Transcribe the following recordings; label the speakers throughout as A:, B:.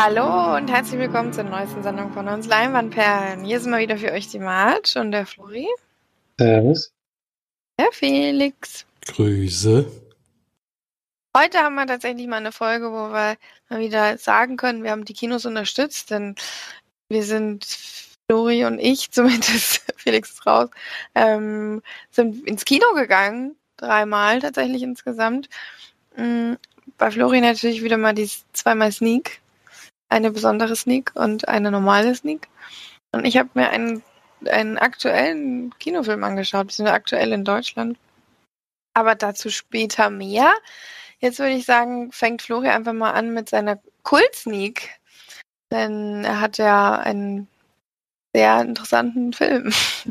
A: Hallo und herzlich willkommen zur neuesten Sendung von uns Leinwandperlen. Hier sind mal wieder für euch die Marge und der Flori.
B: Servus.
A: Der Felix.
C: Grüße.
A: Heute haben wir tatsächlich mal eine Folge, wo wir mal wieder sagen können, wir haben die Kinos unterstützt, denn wir sind, Flori und ich, zumindest Felix ist raus, sind ins Kino gegangen, 3-mal tatsächlich insgesamt. Bei Flori natürlich wieder mal die 2-mal Sneak. Eine besondere Sneak und eine normale Sneak. Und ich habe mir einen aktuellen Kinofilm angeschaut, beziehungsweise aktuell in Deutschland. Aber dazu später mehr. Jetzt würde ich sagen, fängt Flori einfach mal an mit seiner Kult-Sneak. Denn er hat ja einen sehr interessanten Film.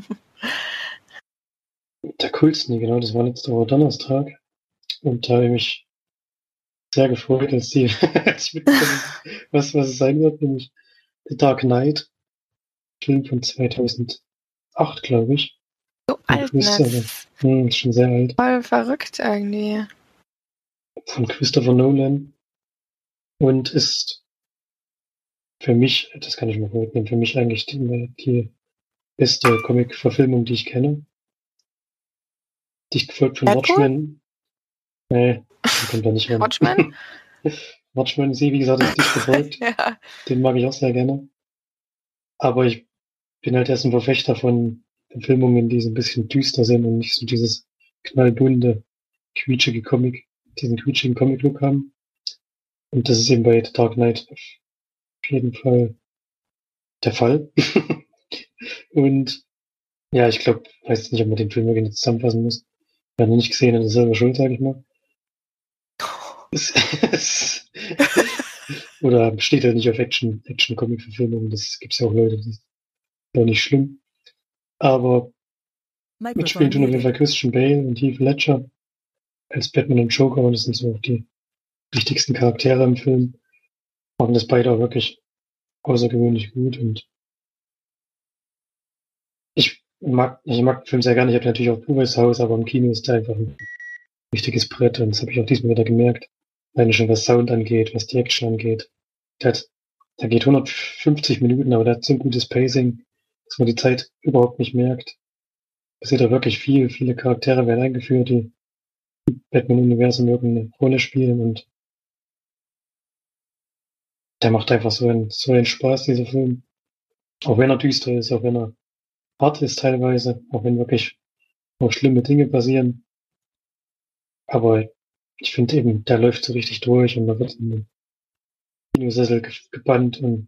B: Der Kult-Sneak, genau, das war letzte Woche Donnerstag. Und da habe ich mich sehr gefreut, als ich mitbekommen was es sein wird, nämlich The Dark Knight. Film von 2008, glaube ich.
A: So alt,
B: Ist schon sehr alt.
A: Voll verrückt irgendwie.
B: Von Christopher Nolan. Und ist für mich, das kann ich mal vorwegnehmen, für mich eigentlich die beste Comic-Verfilmung, die ich kenne. Dicht gefolgt von Watchmen. Nee, den kommt da nicht ran.
A: Watchmen?
B: Watchmen, wie gesagt, ist dicht gefolgt.
A: Ja.
B: Den mag ich auch sehr gerne. Aber ich bin halt erst ein Verfechter von Verfilmungen, die so ein bisschen düster sind und nicht so dieses knallbunte, quietschige diesen quietschigen Comic-Look haben. Und das ist eben bei The Dark Knight auf jeden Fall der Fall. Und ja, ich glaube, weiß jetzt nicht, ob man den Film wirklich zusammenfassen muss. Wer noch nicht gesehen hat, ist selber schuld, sage ich mal. Oder steht halt nicht auf Action-Comic-Verfilmungen. Das gibt's ja auch Leute, das ist auch nicht schlimm. Aber mitspielen tun auf jeden Fall Christian Bale und Heath Ledger als Batman und Joker, und das sind so die wichtigsten Charaktere im Film. Machen das beide auch wirklich außergewöhnlich gut, und ich mag den Film sehr gerne. Ich habe natürlich auch Blu-rays Haus, aber im Kino ist der einfach ein wichtiges Brett, und das habe ich auch diesmal wieder gemerkt. Alleine schon was Sound angeht, was die Action angeht. Der geht 150 Minuten, aber der hat so ein gutes Pacing, dass man die Zeit überhaupt nicht merkt. Passiert da wirklich viel. Viele Charaktere werden eingeführt, die im Batman-Universum irgendeine Rolle spielen, und der macht einfach so einen Spaß, dieser Film. Auch wenn er düster ist, auch wenn er hart ist teilweise, auch wenn wirklich auch schlimme Dinge passieren. Aber ich finde eben, der läuft so richtig durch, und man wird in den Kinosessel gebannt und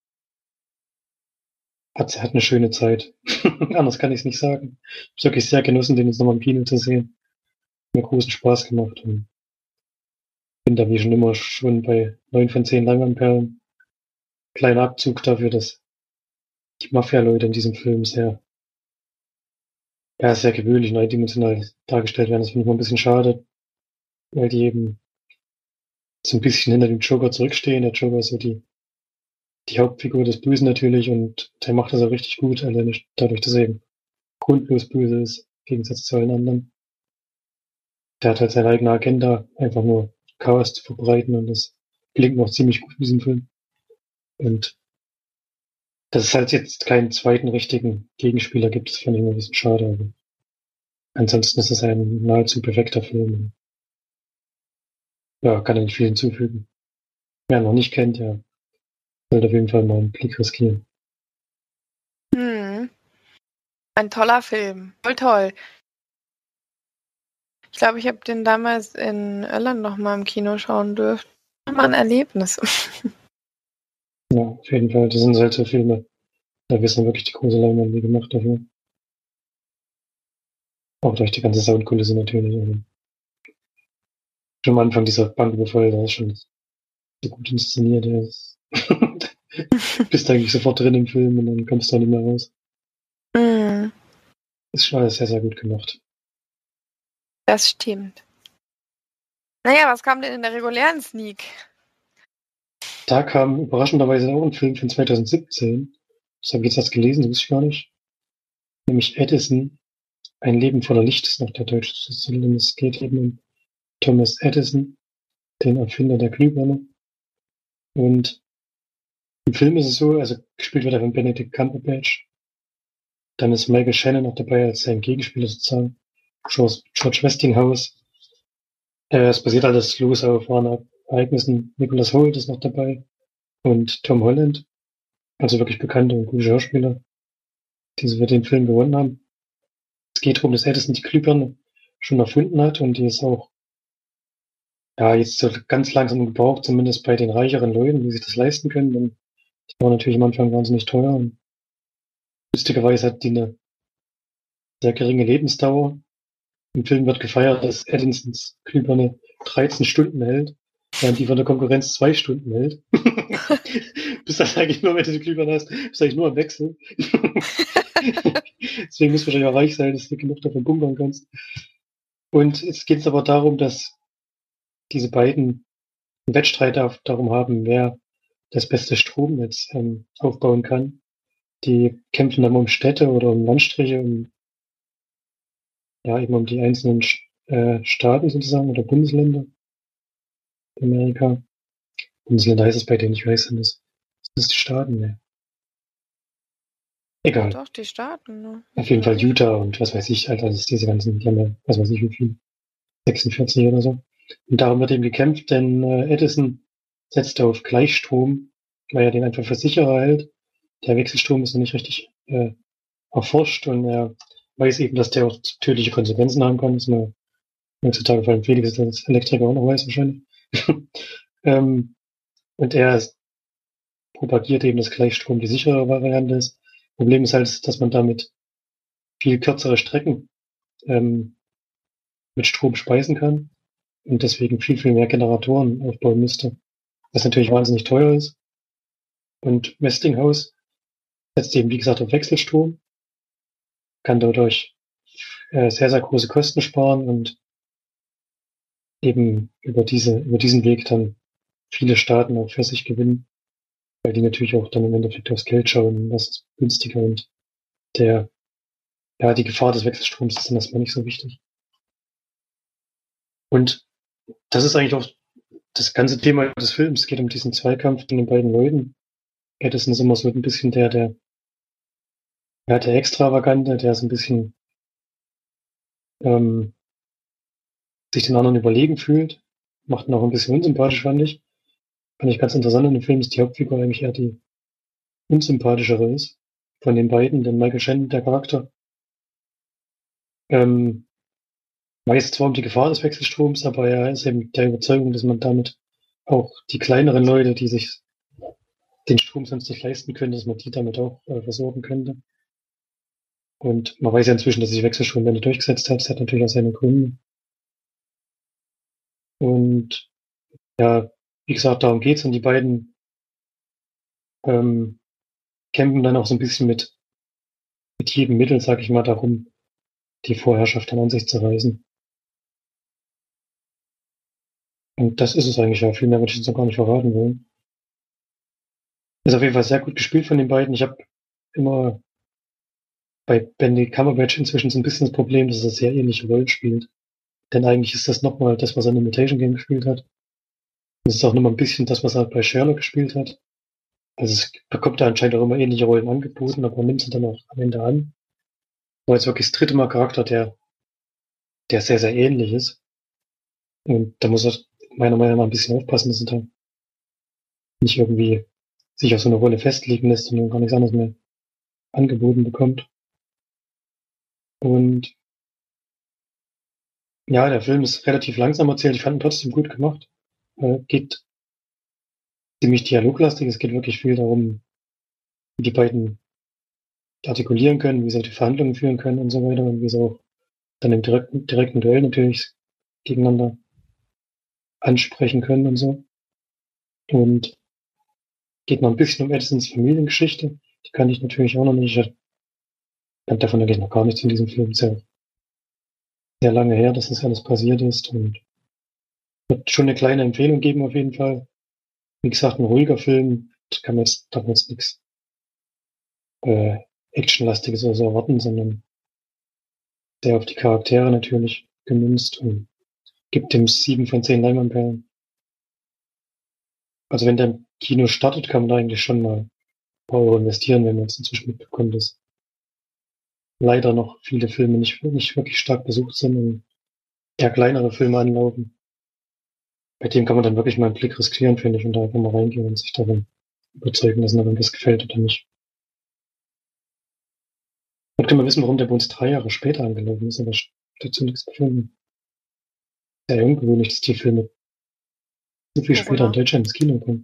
B: hat eine schöne Zeit. Anders kann ich es nicht sagen. Ich habe wirklich sehr genossen, den jetzt nochmal im Kino zu sehen. Mir großen Spaß gemacht, und bin da wie schon immer schon bei 9 von 10 Leinwandperlen. Kleiner Abzug dafür, dass die Mafia-Leute in diesem Film sehr gewöhnlich und eindimensional dargestellt werden. Das finde ich mal ein bisschen schade, weil die eben so ein bisschen hinter dem Joker zurückstehen. Der Joker ist so die Hauptfigur des Bösen natürlich, und der macht das auch richtig gut, alleine dadurch, dass er eben grundlos böse ist, im Gegensatz zu allen anderen. Der hat halt seine eigene Agenda, einfach nur Chaos zu verbreiten, und das gelingt noch ziemlich gut in diesem Film. Und dass es halt jetzt keinen zweiten richtigen Gegenspieler gibt, das fand ich immer ein bisschen schade. Aber ansonsten ist es ein nahezu perfekter Film. Ja, kann er nicht viel hinzufügen. Wer ihn noch nicht kennt, ja, sollte auf jeden Fall mal einen Blick riskieren.
A: Ein toller Film. Voll toll. Ich glaube, ich habe den damals in Irland noch mal im Kino schauen dürfen. War ein Erlebnis.
B: Ja, auf jeden Fall. Das sind solche Filme. Da wissen wirklich die große Leinwand wie gemacht dafür. Auch durch die ganze Soundkulisse natürlich. Also schon am Anfang dieser Banküberfall, da ist schon so gut inszeniert. Bist eigentlich sofort drin im Film, und dann kommst du auch nicht mehr raus. Ist schon alles sehr, sehr gut gemacht.
A: Das stimmt. Naja, was kam denn in der regulären Sneak?
B: Da kam überraschenderweise auch ein Film von 2017. Das habe ich jetzt erst gelesen, das wusste ich gar nicht. Nämlich Edison. Ein Leben voller Licht ist noch der deutsche Titel. Und es geht eben um Thomas Edison, den Erfinder der Glühbirne. Und Im Film ist es so, also gespielt wird er von Benedict Cumberbatch. Dann ist Michael Shannon noch dabei als sein Gegenspieler sozusagen. George Westinghouse. Es basiert alles los auf wahren Ereignissen. Nicholas Hoult ist noch dabei. Und Tom Holland. Also wirklich bekannte und gute Schauspieler, die sie für den Film gewonnen haben. Es geht darum, dass Edison die Glühbirne schon erfunden hat und die ist auch jetzt so ganz langsam gebraucht, zumindest bei den reicheren Leuten, die sich das leisten können. Denn die waren natürlich am Anfang wahnsinnig teuer und lustigerweise hat die eine sehr geringe Lebensdauer. Im Film wird gefeiert, dass Edisons Glühbirne 13 Stunden hält, während die von der Konkurrenz 2 Stunden hält. Bist das eigentlich nur, wenn du die Glühbirne hast, bist du eigentlich nur am Wechsel. Deswegen musst du wahrscheinlich auch reich sein, dass du genug davon bunkern kannst. Und jetzt geht es aber darum, dass diese beiden einen Wettstreit darum haben, wer das beste Stromnetz aufbauen kann. Die kämpfen dann um Städte oder um Landstriche, eben um die einzelnen Staaten sozusagen oder Bundesländer in Amerika. Bundesländer heißt es bei denen, ich weiß, sind das die Staaten, ne? Egal.
A: Doch, die Staaten, ne?
B: Auf jeden Fall Utah und was weiß ich, Alter, das ist diese ganzen, die haben ja, was weiß ich wie viel, 46 oder so. Und darum wird eben gekämpft, denn Edison setzt auf Gleichstrom, weil er den einfach für sicherer hält. Der Wechselstrom ist noch nicht richtig erforscht und er weiß eben, dass der auch tödliche Konsequenzen haben kann. Das ist mir heutzutage vor allem Felix als Elektriker auch noch weiß wahrscheinlich. Und er propagiert eben, dass Gleichstrom die sichere Variante ist. Problem ist halt, dass man damit viel kürzere Strecken mit Strom speisen kann und deswegen viel, viel mehr Generatoren aufbauen müsste, was natürlich wahnsinnig teuer ist. Und Westinghouse setzt eben, wie gesagt, auf Wechselstrom, kann dadurch sehr, sehr große Kosten sparen und eben über diesen Weg dann viele Staaten auch für sich gewinnen, weil die natürlich auch dann im Endeffekt aufs Geld schauen, was ist günstiger und die Gefahr des Wechselstroms ist dann erstmal nicht so wichtig. Und das ist eigentlich auch das ganze Thema des Films. Es geht um diesen Zweikampf von den beiden Leuten. Edison ist immer so ein bisschen der Extravagante, der so ein bisschen sich den anderen überlegen fühlt. Macht ihn auch ein bisschen unsympathisch, fand ich. Fand ich ganz interessant in dem Film, dass die Hauptfigur eigentlich eher die unsympathischere ist von den beiden, denn Michael Shannon, der Charakter, weiß zwar um die Gefahr des Wechselstroms, aber er ist eben der Überzeugung, dass man damit auch die kleineren Leute, die sich den Strom sonst nicht leisten können, dass man die damit auch versorgen könnte. Und man weiß ja inzwischen, dass sich Wechselstromwende durchgesetzt hat. Das hat natürlich auch seine Gründe. Und ja, wie gesagt, darum geht's. Und die beiden kämpfen dann auch so ein bisschen mit jedem Mittel, sag ich mal, darum, die Vorherrschaft dann an sich zu reißen. Und das ist es eigentlich ja. Viel mehr würde ich jetzt noch gar nicht verraten wollen. Ist auf jeden Fall sehr gut gespielt von den beiden. Ich habe immer bei Benedict Cumberbatch inzwischen so ein bisschen das Problem, dass er sehr ähnliche Rollen spielt. Denn eigentlich ist das nochmal das, was er in Imitation Game gespielt hat. Das ist auch nochmal ein bisschen das, was er bei Sherlock gespielt hat. Also es bekommt er anscheinend auch immer ähnliche Rollen angeboten, aber man nimmt sie dann auch am Ende an. Aber jetzt wirklich das dritte Mal Charakter, der sehr, sehr ähnlich ist. Und da muss er meiner Meinung nach ein bisschen aufpassen, dass er da nicht irgendwie sich auf so eine Rolle festlegen lässt und gar nichts anderes mehr angeboten bekommt. Und ja, der Film ist relativ langsam erzählt. Ich fand ihn trotzdem gut gemacht. Geht ziemlich dialoglastig. Es geht wirklich viel darum, wie die beiden artikulieren können, wie sie die Verhandlungen führen können und so weiter und wie sie auch dann im direkten Duell natürlich gegeneinander ansprechen können und so. Und geht noch ein bisschen um Edisons Familiengeschichte. Die kannte ich natürlich auch noch nicht. Ich kannte davon eigentlich noch gar nichts in diesem Film. Sehr, sehr lange her, dass das alles passiert ist und wird schon eine kleine Empfehlung geben auf jeden Fall. Wie gesagt, ein ruhiger Film. Darf man jetzt nichts Actionlastiges oder so erwarten, sondern sehr auf die Charaktere natürlich gemünzt und gibt dem 7 von 10 Leinwandperlen. Also wenn der im Kino startet, kann man da eigentlich schon mal ein paar Euro investieren, wenn man jetzt inzwischen mitbekommt, dass leider noch viele Filme nicht wirklich stark besucht sind und eher kleinere Filme anlaufen. Bei dem kann man dann wirklich mal einen Blick riskieren, finde ich, und da einfach mal reingehen und sich darin überzeugen lassen, ob ihm das gefällt oder nicht. Und kann man wissen, warum der bei uns 3 Jahre später angelaufen ist, aber dazu nichts gefunden. Sehr ungewöhnlich, dass die Filme so viel später in
A: Corona.
B: Deutschland ins Kino kommen.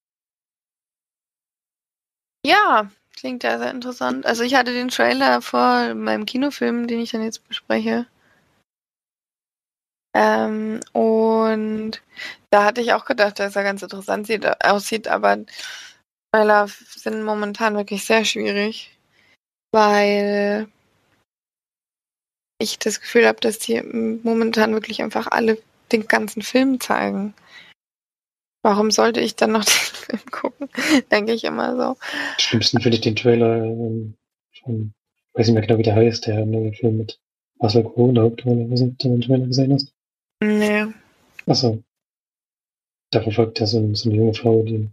A: Ja, klingt ja sehr interessant. Also ich hatte den Trailer vor meinem Kinofilm, den ich dann jetzt bespreche. Und da hatte ich auch gedacht, dass er ganz interessant aussieht, aber Trailer sind momentan wirklich sehr schwierig, weil ich das Gefühl habe, dass die momentan wirklich einfach alle den ganzen Film zeigen. Warum sollte ich dann noch den Film gucken? Denke ich immer so.
B: Am schlimmsten finde ich den Trailer von, weiß nicht mehr genau, wie der heißt, der neue Film mit Russell Crowe in der Hauptrolle. Weiß nicht, ob du den Trailer gesehen hast.
A: Nee.
B: Achso, da verfolgt er so eine junge Frau, die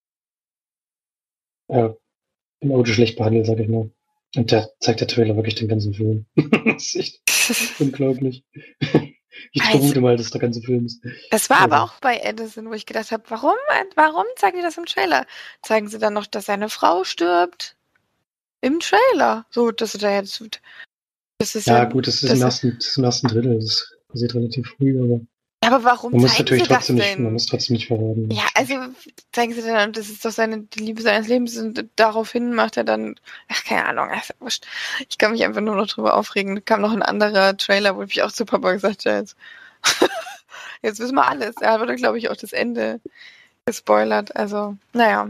B: im Auto schlecht behandelt, sag ich mal. Und da zeigt der Trailer wirklich den ganzen Film. Das ist echt unglaublich. Ich
A: Also,
B: vermute mal, dass der ganze Film ist.
A: das war aber
B: Also,
A: auch bei Edison, wo ich gedacht habe, warum zeigen die das im Trailer? Zeigen sie dann noch, dass seine Frau stirbt? Im Trailer. So, dass sie da jetzt. Das ist
B: ja
A: ja.
B: gut, das ist
A: Das,
B: das ist im ersten Drittel. Das passiert relativ früh, aber
A: aber warum
B: man muss
A: zeigen
B: natürlich
A: sie das
B: man
A: denn?
B: muss trotzdem nicht verraten.
A: Ja, also zeigen sie dann, das ist doch die Liebe seines Lebens und daraufhin macht er dann, ach, keine Ahnung, ist ja wurscht. Ich kann mich einfach nur noch drüber aufregen. Da kam noch ein anderer Trailer, wo ich auch zu Papa gesagt habe, jetzt wissen wir alles. Er wurde, glaube ich, auch das Ende gespoilert. Also, naja.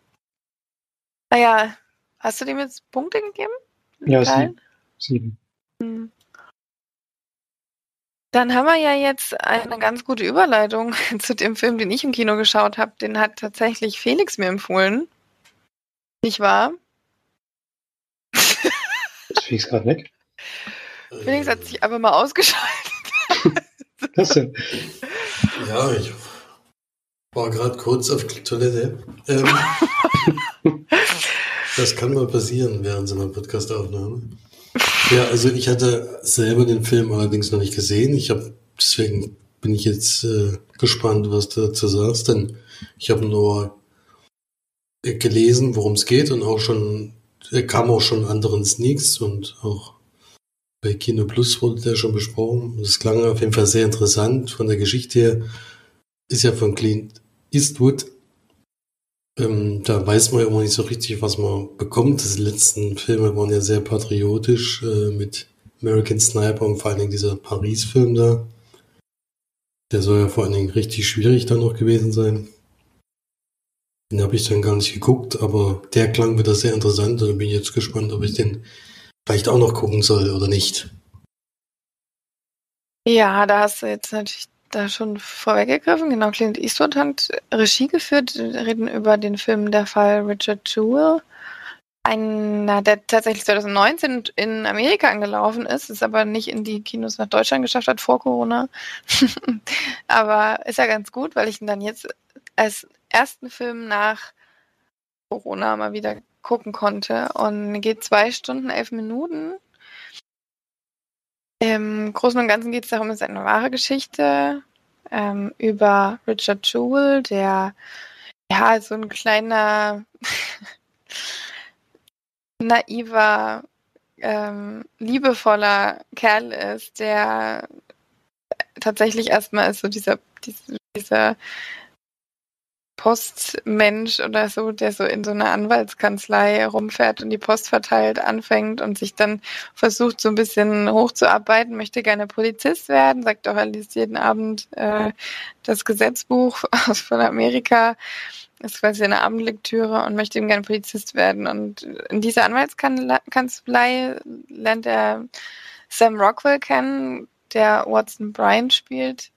A: Naja, hast du dem jetzt Punkte gegeben?
B: Ja,
A: Teilen?
B: 7.
A: Hm. Dann haben wir ja jetzt eine ganz gute Überleitung zu dem Film, den ich im Kino geschaut habe. Den hat tatsächlich Felix mir empfohlen. Nicht wahr?
B: Ist Felix gerade weg?
A: Felix hat sich aber mal ausgeschaltet.
B: Achso.
C: Ja, ich war gerade kurz auf die Toilette. Das kann mal passieren während so einer Podcast-Aufnahme. Ja, also ich hatte selber den Film allerdings noch nicht gesehen. Deswegen bin ich jetzt gespannt, was du dazu sagst, denn ich habe nur gelesen, worum es geht und auch schon, kam auch schon anderen Sneaks und auch bei Kino Plus wurde der schon besprochen. Das klang auf jeden Fall sehr interessant. Von der Geschichte her ist ja von Clint Eastwood. Da weiß man ja immer nicht so richtig, was man bekommt. Die letzten Filme waren ja sehr patriotisch mit American Sniper und vor allen Dingen dieser Paris-Film da. Der soll ja vor allen Dingen richtig schwierig dann noch gewesen sein. Den habe ich dann gar nicht geguckt, aber der klang wieder sehr interessant und da bin ich jetzt gespannt, ob ich den vielleicht auch noch gucken soll oder nicht.
A: Ja, da hast du jetzt natürlich da schon vorweggegriffen. Genau, Clint Eastwood hat Regie geführt. Wir reden über den Film Der Fall Richard Jewell. Einer, der tatsächlich 2019 in Amerika angelaufen ist, es aber nicht in die Kinos nach Deutschland geschafft hat vor Corona. Aber ist ja ganz gut, weil ich ihn dann jetzt als ersten Film nach Corona mal wieder gucken konnte. Und geht 2 Stunden, 11 Minuten. Im Großen und Ganzen geht es darum, es ist eine wahre Geschichte über Richard Jewell, der ja so ein kleiner naiver, liebevoller Kerl ist, der tatsächlich erstmal ist so dieser Postmensch oder so, der so in so einer Anwaltskanzlei rumfährt und die Post verteilt, anfängt und sich dann versucht, so ein bisschen hochzuarbeiten, möchte gerne Polizist werden, sagt auch, er liest jeden Abend das Gesetzbuch von Amerika, ist quasi eine Abendlektüre und möchte eben gerne Polizist werden. Und in dieser Anwaltskanzlei lernt er Sam Rockwell kennen, der Watson Bryant spielt,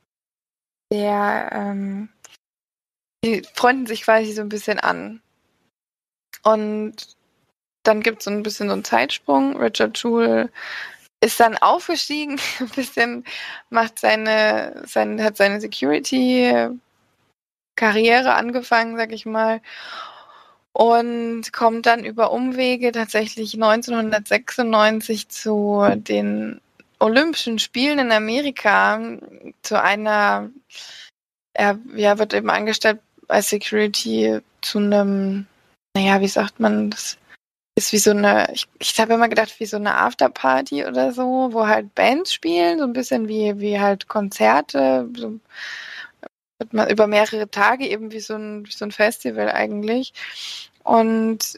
A: der die freunden sich quasi so ein bisschen an. Und dann gibt es so ein bisschen so einen Zeitsprung. Richard Jewell ist dann aufgestiegen, ein bisschen, hat seine Security Karriere angefangen, sag ich mal, und kommt dann über Umwege tatsächlich 1996 zu den Olympischen Spielen in Amerika, zu einer, er wird eben angestellt als Security zu einem, naja, wie sagt man, das ist wie so eine, ich habe immer gedacht, wie so eine Afterparty oder so, wo halt Bands spielen, so ein bisschen wie halt Konzerte, so wird man über mehrere Tage eben wie so ein Festival eigentlich. Und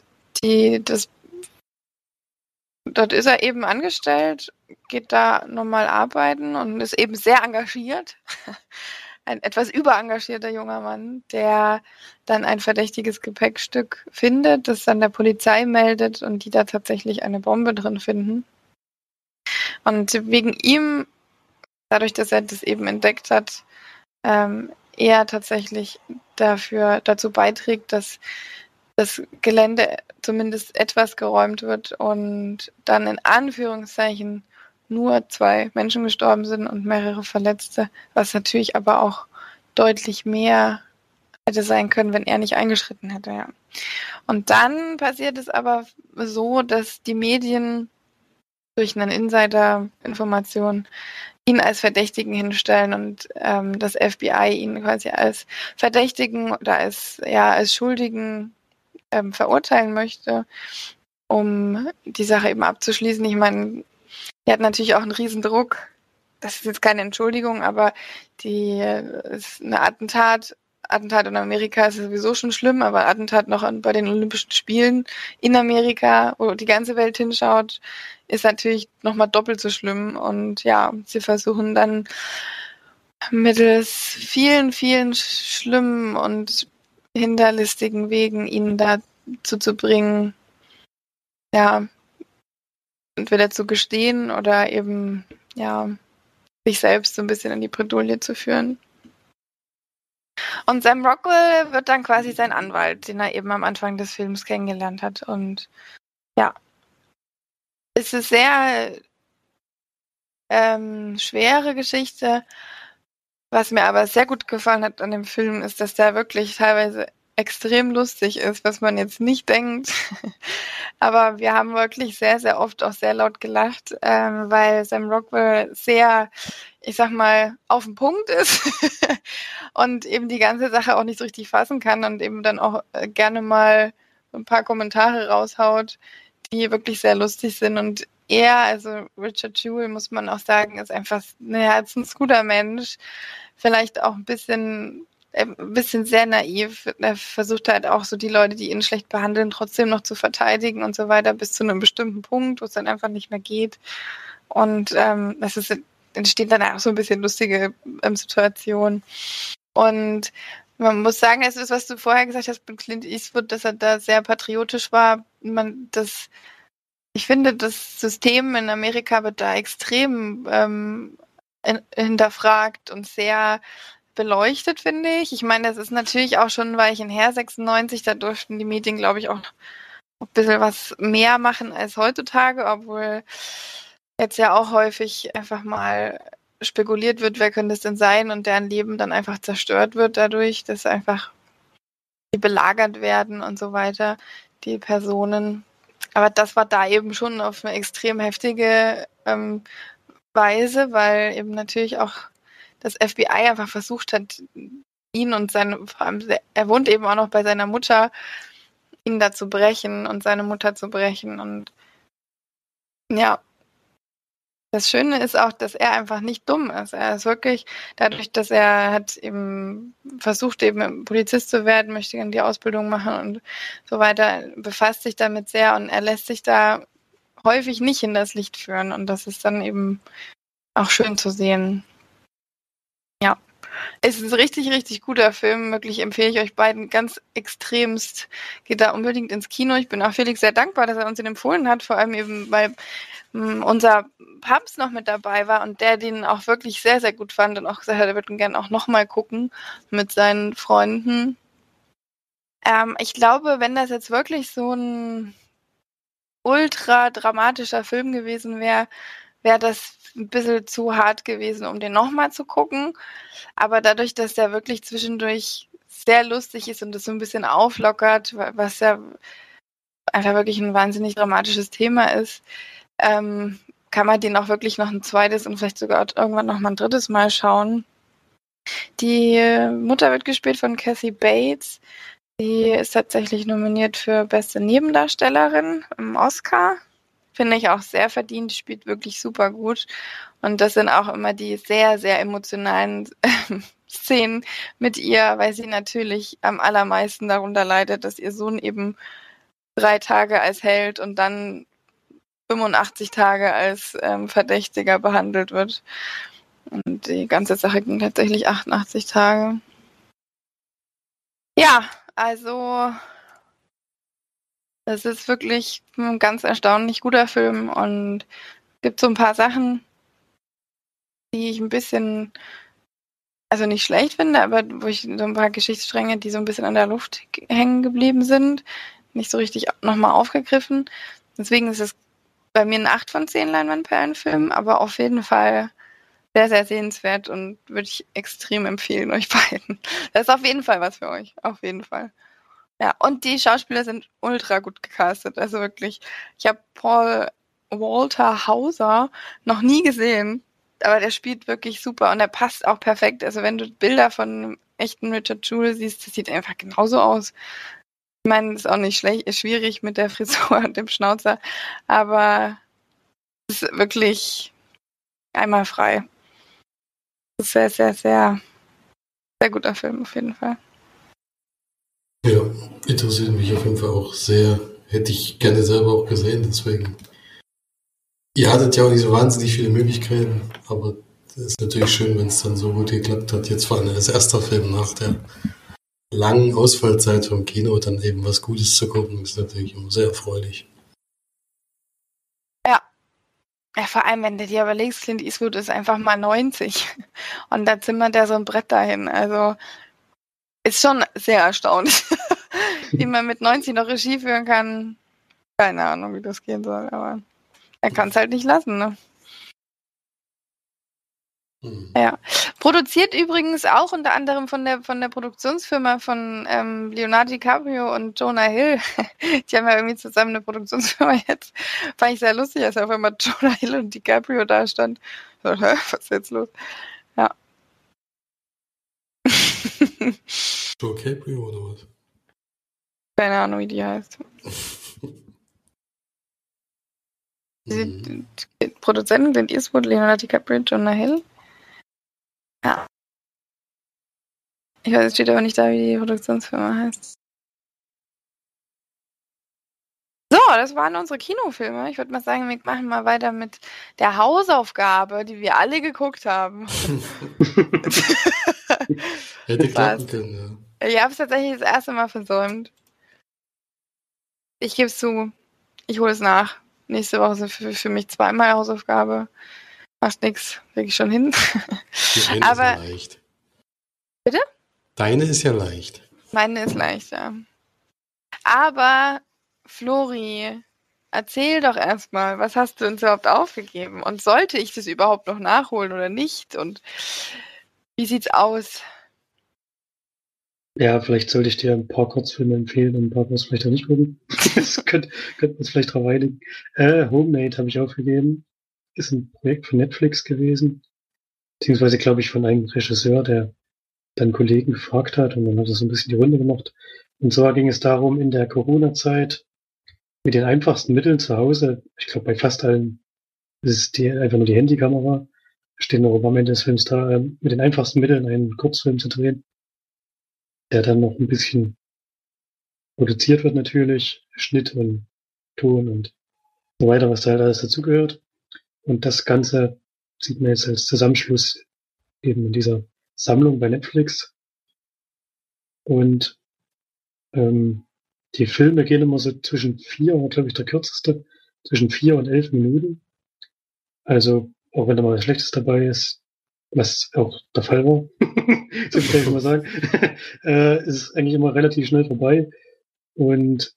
A: dort ist er eben angestellt, geht da normal arbeiten und ist eben sehr engagiert. Ein etwas überengagierter junger Mann, der dann ein verdächtiges Gepäckstück findet, das dann der Polizei meldet und die da tatsächlich eine Bombe drin finden. Und wegen ihm, dadurch, dass er das eben entdeckt hat, er tatsächlich dazu beiträgt, dass das Gelände zumindest etwas geräumt wird und dann in Anführungszeichen nur 2 Menschen gestorben sind und mehrere Verletzte, was natürlich aber auch deutlich mehr hätte sein können, wenn er nicht eingeschritten hätte, ja. Und dann passiert es aber so, dass die Medien durch eine Insider-Information ihn als Verdächtigen hinstellen und das FBI ihn quasi als Verdächtigen oder als Schuldigen verurteilen möchte, um die Sache eben abzuschließen. Ich meine, die hat natürlich auch einen Riesendruck. Das ist jetzt keine Entschuldigung, aber ist eine Attentat in Amerika ist sowieso schon schlimm, aber Attentat noch bei den Olympischen Spielen in Amerika, wo die ganze Welt hinschaut, ist natürlich nochmal doppelt so schlimm. Und ja, sie versuchen dann mittels vielen, vielen schlimmen und hinterlistigen Wegen ihn dazu zu bringen, ja, entweder zu gestehen oder eben, ja, sich selbst so ein bisschen in die Bredouille zu führen. Und Sam Rockwell wird dann quasi sein Anwalt, den er eben am Anfang des Films kennengelernt hat. Und ja, es ist sehr schwere Geschichte. Was mir aber sehr gut gefallen hat an dem Film, ist, dass der wirklich teilweise extrem lustig ist, was man jetzt nicht denkt. Aber wir haben wirklich sehr, sehr oft auch sehr laut gelacht, weil Sam Rockwell sehr, ich sag mal, auf den Punkt ist und eben die ganze Sache auch nicht so richtig fassen kann und eben dann auch gerne mal ein paar Kommentare raushaut, die wirklich sehr lustig sind. Und er, also Richard Jewell, muss man auch sagen, ist einfach ein herzensguter Mensch. Vielleicht auch ein bisschen sehr naiv. Er versucht halt auch so die Leute, die ihn schlecht behandeln, trotzdem noch zu verteidigen und so weiter, bis zu einem bestimmten Punkt, wo es dann einfach nicht mehr geht. Und entsteht dann auch so ein bisschen lustige Situationen. Und man muss sagen, es ist, was du vorher gesagt hast mit Clint Eastwood, dass er da sehr patriotisch war. Ich finde, das System in Amerika wird da extrem hinterfragt und sehr beleuchtet, finde ich. Ich meine, das ist natürlich auch schon ein Weilchen her, 96, da durften die Medien, glaube ich, auch ein bisschen was mehr machen als heutzutage, obwohl jetzt ja auch häufig einfach mal spekuliert wird, wer könnte es denn sein und deren Leben dann einfach zerstört wird dadurch, dass einfach die belagert werden und so weiter, die Personen. Aber das war da eben schon auf eine extrem heftige Weise, weil eben natürlich auch das FBI einfach versucht hat, ihn und vor allem, er wohnt eben auch noch bei seiner Mutter, ihn da zu brechen und seine Mutter zu brechen. Und ja, das Schöne ist auch, dass er einfach nicht dumm ist. Er ist wirklich, dadurch, dass er hat eben versucht, eben Polizist zu werden, möchte gerne die Ausbildung machen und so weiter, befasst sich damit sehr und er lässt sich da häufig nicht in das Licht führen. Und das ist dann eben auch schön zu sehen. Ja. Es ist ein richtig, richtig guter Film. Wirklich empfehle ich euch beiden ganz extremst. Geht da unbedingt ins Kino. Ich bin auch Felix sehr dankbar, dass er uns den empfohlen hat. Vor allem eben, weil unser Papst noch mit dabei war und der den auch wirklich sehr, sehr gut fand und auch gesagt hat, er würde ihn gerne auch nochmal gucken mit seinen Freunden. Ich glaube, wenn das jetzt wirklich so ein ultra dramatischer Film gewesen wäre, wäre das ein bisschen zu hart gewesen, um den nochmal zu gucken. Aber dadurch, dass der wirklich zwischendurch sehr lustig ist und das so ein bisschen auflockert, was ja einfach wirklich ein wahnsinnig dramatisches Thema ist, kann man den auch wirklich noch ein zweites und vielleicht sogar irgendwann noch mal ein drittes Mal schauen. Die Mutter wird gespielt von Kathy Bates. Die ist tatsächlich nominiert für beste Nebendarstellerin im Oscar. Finde ich auch sehr verdient. Die spielt wirklich super gut. Und das sind auch immer die sehr, sehr emotionalen Szenen mit ihr, weil sie natürlich am allermeisten darunter leidet, dass ihr Sohn eben 3 Tage als Held und dann 85 Tage als Verdächtiger behandelt wird. Und die ganze Sache ging tatsächlich 88 Tage. Ja, also das ist wirklich ein ganz erstaunlich guter Film und es gibt so ein paar Sachen, die ich ein bisschen, also nicht schlecht finde, aber wo ich so ein paar Geschichtsstränge, die so ein bisschen an der Luft hängen geblieben sind, nicht so richtig nochmal aufgegriffen. Deswegen ist es bei mir ein 8 von 10 Leinwandperlenfilm, aber auf jeden Fall sehr, sehr sehenswert und würde ich extrem empfehlen, euch beiden. Das ist auf jeden Fall was für euch. Auf jeden Fall. Ja, und die Schauspieler sind ultra gut gecastet. Also wirklich. Ich habe Paul Walter Hauser noch nie gesehen, aber der spielt wirklich super und der passt auch perfekt. Also wenn du Bilder von einem echten Richard Jewell siehst, das sieht einfach genauso aus. Ich meine, das ist auch nicht schwierig mit der Frisur und dem Schnauzer, aber es ist wirklich einmal frei. Das ist sehr, sehr, sehr, sehr guter Film auf jeden Fall.
C: Ja, interessiert mich auf jeden Fall auch sehr. Hätte ich gerne selber auch gesehen, deswegen. Ihr hattet ja auch nicht so wahnsinnig viele Möglichkeiten, aber es ist natürlich schön, wenn es dann so gut geklappt hat. Jetzt vor allem als erster Film nach der langen Ausfallzeit vom Kino dann eben was Gutes zu gucken, ist natürlich immer sehr erfreulich.
A: Ja. Ja, vor allem, wenn du dir überlegst, Clint Eastwood ist einfach mal 90 und da zimmert er so ein Brett dahin. Also ist schon sehr erstaunlich, wie man mit 90 noch Regie führen kann. Keine Ahnung, wie das gehen soll, aber er kann es halt nicht lassen, ne? Ja. Produziert übrigens auch unter anderem von der Produktionsfirma von Leonardo DiCaprio und Jonah Hill. Die haben ja irgendwie zusammen eine Produktionsfirma jetzt. Fand ich sehr lustig, als auf einmal Jonah Hill und DiCaprio da stand. So, hä, was ist jetzt los? Ja.
C: Joe Caprio oder was?
A: Keine Ahnung, wie die heißt. Die Produzenten sind Eastwood, Leonardo DiCaprio, Jonah Hill. Ja. Ich weiß, es steht aber nicht da, wie die Produktionsfirma heißt. So, das waren unsere Kinofilme. Ich würde mal sagen, wir machen mal weiter mit der Hausaufgabe, die wir alle geguckt haben.
C: Hätte klappen können, ja.
A: Ich habe es tatsächlich das erste Mal versäumt. Ich gebe es zu. Ich hole es nach. Nächste Woche sind für mich 2-mal Hausaufgabe. Macht nix, krieg ich schon hin.
C: Deine ist ja leicht.
A: Bitte?
C: Deine ist ja leicht.
A: Meine ist leicht, ja. Aber, Flori, erzähl doch erstmal, was hast du uns überhaupt aufgegeben? Und sollte ich das überhaupt noch nachholen oder nicht? Und wie sieht's aus?
B: Ja, vielleicht sollte ich dir ein paar Kurzfilme empfehlen und ein paar muss vielleicht auch nicht gucken. Das könnte uns vielleicht drauf einigen. Homemade habe ich aufgegeben. Ist ein Projekt von Netflix gewesen. Beziehungsweise, glaube ich, von einem Regisseur, der dann Kollegen gefragt hat und dann hat er so ein bisschen die Runde gemacht. Und zwar ging es darum, in der Corona-Zeit mit den einfachsten Mitteln zu Hause, ich glaube bei fast allen ist es einfach nur die Handykamera, stehen noch am Ende des Films da, mit den einfachsten Mitteln einen Kurzfilm zu drehen, der dann noch ein bisschen produziert wird natürlich, Schnitt und Ton und so weiter, was da halt alles dazugehört. Und das Ganze sieht man jetzt als Zusammenschluss eben in dieser Sammlung bei Netflix. Und die Filme gehen immer so zwischen 4, glaube ich, der kürzeste, zwischen 4 und 11 Minuten. Also, auch wenn da mal was Schlechtes dabei ist, was auch der Fall war, so kann ich mal sagen, ist eigentlich immer relativ schnell vorbei. Und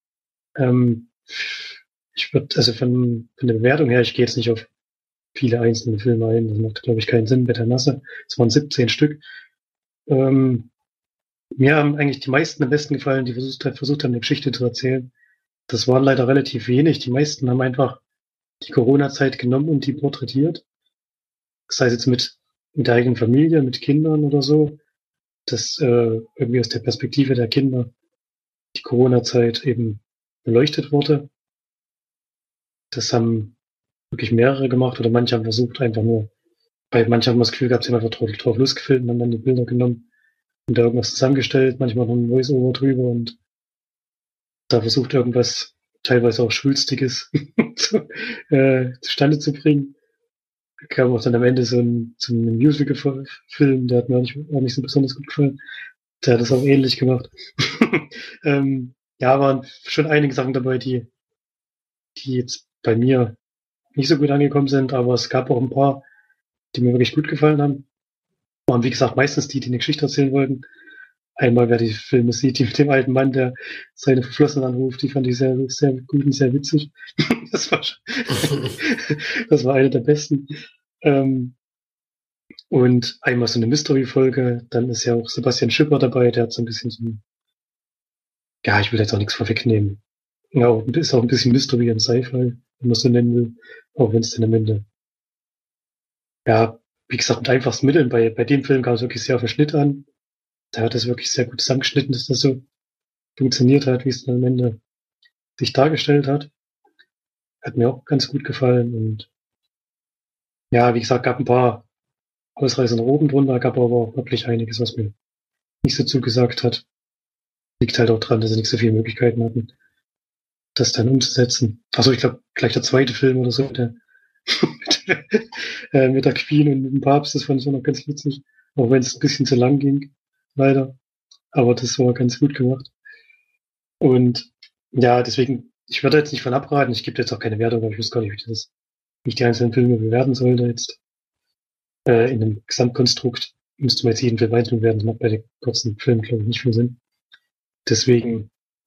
B: ich würde, also von der Bewertung her, ich gehe jetzt nicht auf viele einzelne Filme ein, das macht, glaube ich, keinen Sinn mit der Masse. Es waren 17 Stück. Mir haben eigentlich die meisten am besten gefallen, die versucht haben, eine Geschichte zu erzählen. Das waren leider relativ wenig. Die meisten haben einfach die Corona-Zeit genommen und die porträtiert. Sei es jetzt mit der eigenen Familie, mit Kindern oder so, dass irgendwie aus der Perspektive der Kinder die Corona-Zeit eben beleuchtet wurde. Das haben wirklich mehrere gemacht oder manche haben versucht einfach nur, bei manchen haben wir das Gefühl gehabt, sie haben einfach drauf losgefilmt und haben dann die Bilder genommen und da irgendwas zusammengestellt, manchmal noch ein Voice-Over drüber und da versucht irgendwas teilweise auch Schwülstiges zustande zu bringen. Kam auch dann am Ende so ein Musical-Film, der hat mir auch nicht so besonders gut gefallen. Der hat das auch ähnlich gemacht. Ja, waren schon einige Sachen dabei, die jetzt bei mir nicht so gut angekommen sind, aber es gab auch ein paar, die mir wirklich gut gefallen haben. Waren, wie gesagt, meistens die eine Geschichte erzählen wollten. Einmal, wer die Filme sieht, die mit dem alten Mann, der seine Verflossenen anruft, die fand ich sehr, sehr gut und sehr witzig. Das war, das war eine der besten. Und einmal so eine Mystery-Folge. Dann ist ja auch Sebastian Schipper dabei, der hat so ein bisschen so ein, ja, ich will jetzt auch nichts vorwegnehmen. Ja, ist auch ein bisschen Mystery und Sci-Fi, wenn man es so nennen will. Auch wenn es dann am Ende, ja, wie gesagt, mit einfachsten Mitteln. Bei dem Film kam es wirklich sehr auf den Schnitt an. Da hat es wirklich sehr gut zusammengeschnitten, dass das so funktioniert hat, wie es dann am Ende sich dargestellt hat. Hat mir auch ganz gut gefallen. Und ja, wie gesagt, gab ein paar Ausreißer nach oben drunter, gab aber auch wirklich einiges, was mir nicht so zugesagt hat. Liegt halt auch dran, dass sie nicht so viele Möglichkeiten hatten, das dann umzusetzen. Also ich glaube, gleich der zweite Film oder so, der mit der Queen und mit dem Papst, das fand ich auch noch ganz witzig. Auch wenn es ein bisschen zu lang ging, leider. Aber das war ganz gut gemacht. Und ja, deswegen, ich würde jetzt nicht von abraten, ich gebe jetzt auch keine Wertung, aber ich wüsste gar nicht, wie ich die einzelnen Filme bewerten sollte jetzt. In einem Gesamtkonstrukt müsste man jetzt jeden Film einzeln bewerten, das macht bei den kurzen Filmen, glaube ich, nicht viel Sinn. Deswegen,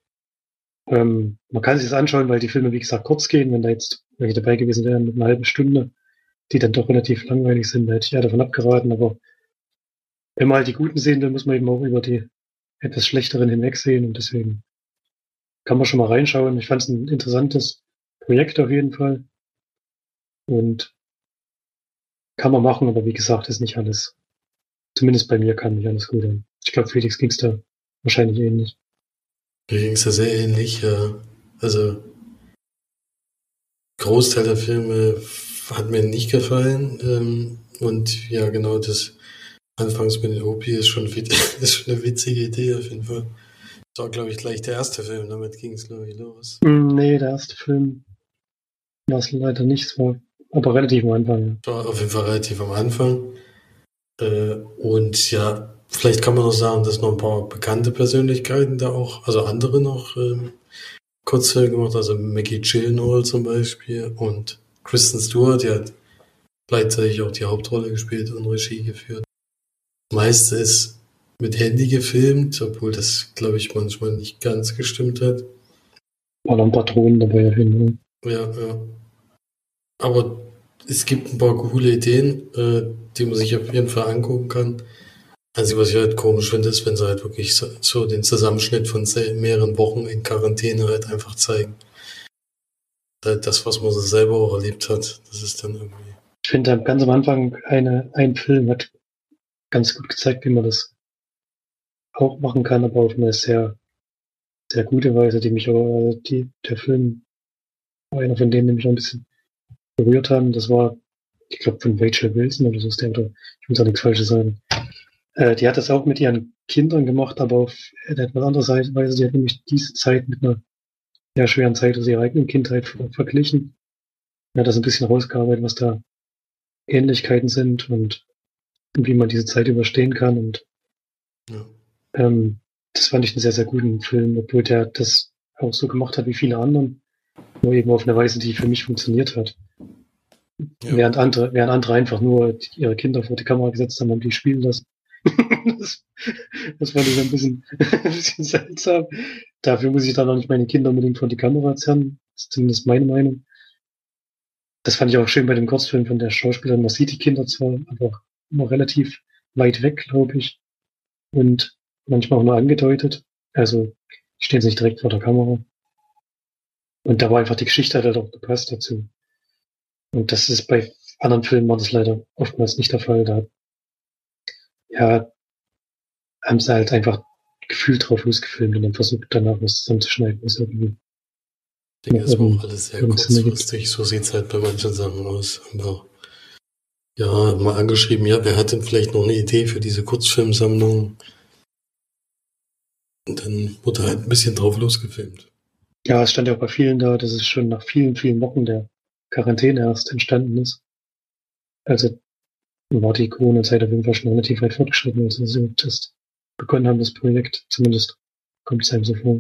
B: man kann sich das anschauen, weil die Filme, wie gesagt, kurz gehen. Wenn da jetzt welche dabei gewesen wären mit einer halben Stunde, die dann doch relativ langweilig sind, da hätte ich ja davon abgeraten. Aber wenn man halt die Guten sehen will, muss man eben auch über die etwas schlechteren hinwegsehen. Und deswegen kann man schon mal reinschauen. Ich fand es ein interessantes Projekt auf jeden Fall. Und kann man machen, aber wie gesagt, ist nicht alles. Zumindest bei mir kann nicht alles gut an. Ich glaube, Felix ging's da wahrscheinlich ähnlich.
C: Mir ging es ja sehr ähnlich, ja. Also, Großteil der Filme hat mir nicht gefallen. Und ja, genau, das anfangs mit den Opi ist schon eine witzige Idee auf jeden Fall. Das war, glaube ich, gleich der erste Film, damit ging es, glaube ich, los.
B: Nee, der erste Film war es leider nicht, es war aber relativ am Anfang. Ja.
C: War auf jeden Fall relativ am Anfang. Und ja, vielleicht kann man noch sagen, dass noch ein paar bekannte Persönlichkeiten da auch, also andere noch Kurzfilme gemacht, also Maggie Gyllenhaal zum Beispiel und Kristen Stewart, die hat gleichzeitig auch die Hauptrolle gespielt und Regie geführt. Das meiste ist mit Handy gefilmt, obwohl das, glaube ich, manchmal nicht ganz gestimmt hat.
B: War noch ein paar Drohnen dabei auf jeden
C: Fall. Ja. Aber es gibt ein paar coole Ideen, die man sich auf jeden Fall angucken kann. Also was ich halt komisch finde, ist, wenn sie halt wirklich so den Zusammenschnitt von mehreren Wochen in Quarantäne halt einfach zeigen. Das, was man so selber auch erlebt hat, das ist dann irgendwie...
B: Ich finde, ganz am Anfang ein Film hat ganz gut gezeigt, wie man das auch machen kann, aber auf eine sehr, sehr gute Weise, der Film war einer von denen, die mich auch ein bisschen berührt haben. Das war, ich glaube, von Rachel Wilson oder so ist der, oder ich muss auch nichts Falsches sagen. Die hat das auch mit ihren Kindern gemacht, aber auf etwas andere Weise. Die hat nämlich diese Zeit mit einer sehr schweren Zeit aus ihrer eigenen Kindheit verglichen. Und hat das ein bisschen rausgearbeitet, was da Ähnlichkeiten sind und wie man diese Zeit überstehen kann. Und das fand ich einen sehr, sehr guten Film, obwohl der das auch so gemacht hat wie viele anderen, nur eben auf eine Weise, die für mich funktioniert hat. Ja. Während andere einfach nur ihre Kinder vor die Kamera gesetzt haben und die spielen lassen. das fand ich ein bisschen seltsam. Dafür muss ich dann auch nicht meine Kinder unbedingt vor die Kamera zerren. Das ist zumindest meine Meinung. Das fand ich auch schön bei dem Kurzfilm von der Schauspielerin. Man sieht die Kinder zwar, aber immer relativ weit weg, glaube ich. Und manchmal auch nur angedeutet. Also die stehen nicht direkt vor der Kamera. Und da war einfach die Geschichte hat halt auch gepasst dazu. Und das ist bei anderen Filmen war das leider oftmals nicht der Fall. Da ja, haben sie halt einfach gefühlt drauf losgefilmt und dann versucht danach was zusammenzuschneiden, was irgendwie.
C: Ich denke, es war auch alles sehr kurzfristig. So sieht es halt bei manchen Sachen aus. Aber ja, mal angeschrieben, ja, wer hat denn vielleicht noch eine Idee für diese Kurzfilmsammlung? Und dann wurde halt ein bisschen drauf losgefilmt.
B: Ja, es stand ja auch bei vielen da, dass es schon nach vielen, vielen Wochen der Quarantäne erst entstanden ist. Also war die Corona-Zeit auf jeden Fall schon relativ weit fortgeschritten, als sie das begonnen haben, das Projekt. Zumindest kommt es einem so vor.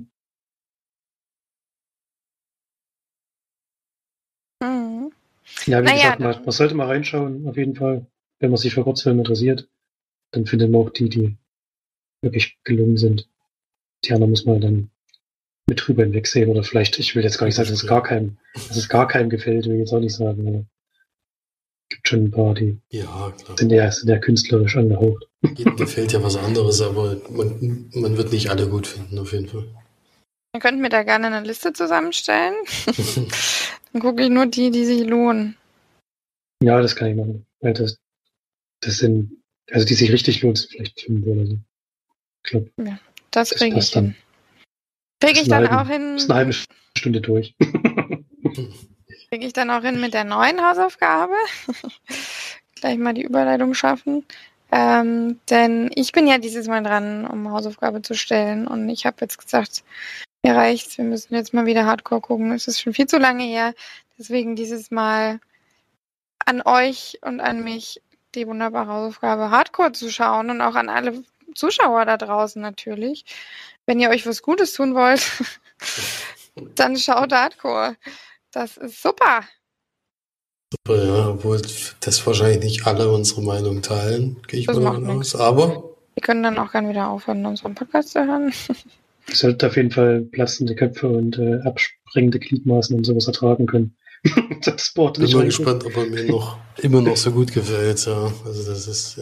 A: Mhm.
B: Ja, wie gesagt, man sollte mal reinschauen, auf jeden Fall. Wenn man sich für Kurzfilme interessiert, dann findet man auch die wirklich gelungen sind. Die anderen muss man dann mit drüber hinwegsehen oder vielleicht, ich will jetzt gar nicht sagen, dass es gar keinem gefällt, will ich jetzt auch nicht sagen, aber es gibt schon ein paar, die sind ja künstlerisch angehaucht.
C: Jedem gefällt ja was anderes, aber man wird nicht alle gut finden, auf jeden Fall.
A: Ihr könnt mir da gerne eine Liste zusammenstellen. Dann gucke ich nur die sich lohnen.
B: Ja, das kann ich machen. Weil das sind, also die sich richtig lohnen, sind vielleicht 5 oder so. Ich glaube,
A: ja, das kriege ich hin. Kriege ich dann auch hin.
B: Das ist eine halbe Stunde durch.
A: Kriege ich dann auch hin mit der neuen Hausaufgabe. Gleich mal die Überleitung schaffen. Denn ich bin ja dieses Mal dran, um Hausaufgabe zu stellen. Und ich habe jetzt gesagt, mir reicht's. Wir müssen jetzt mal wieder Hardcore gucken. Es ist schon viel zu lange her. Deswegen dieses Mal an euch und an mich die wunderbare Hausaufgabe, Hardcore zu schauen. Und auch an alle Zuschauer da draußen natürlich. Wenn ihr euch was Gutes tun wollt, dann schaut Hardcore. Das ist super.
C: Super, ja, obwohl das wahrscheinlich nicht alle unsere Meinung teilen, gehe ich mal davon aus. Aber
A: wir können dann auch gerne wieder aufhören, unseren Podcast zu hören.
B: Ihr solltet auf jeden Fall platzende Köpfe und abspringende Gliedmaßen und sowas ertragen können.
C: Das Sport bin mal gespannt, ob er mir immer noch so gut gefällt. Ja, also das ist.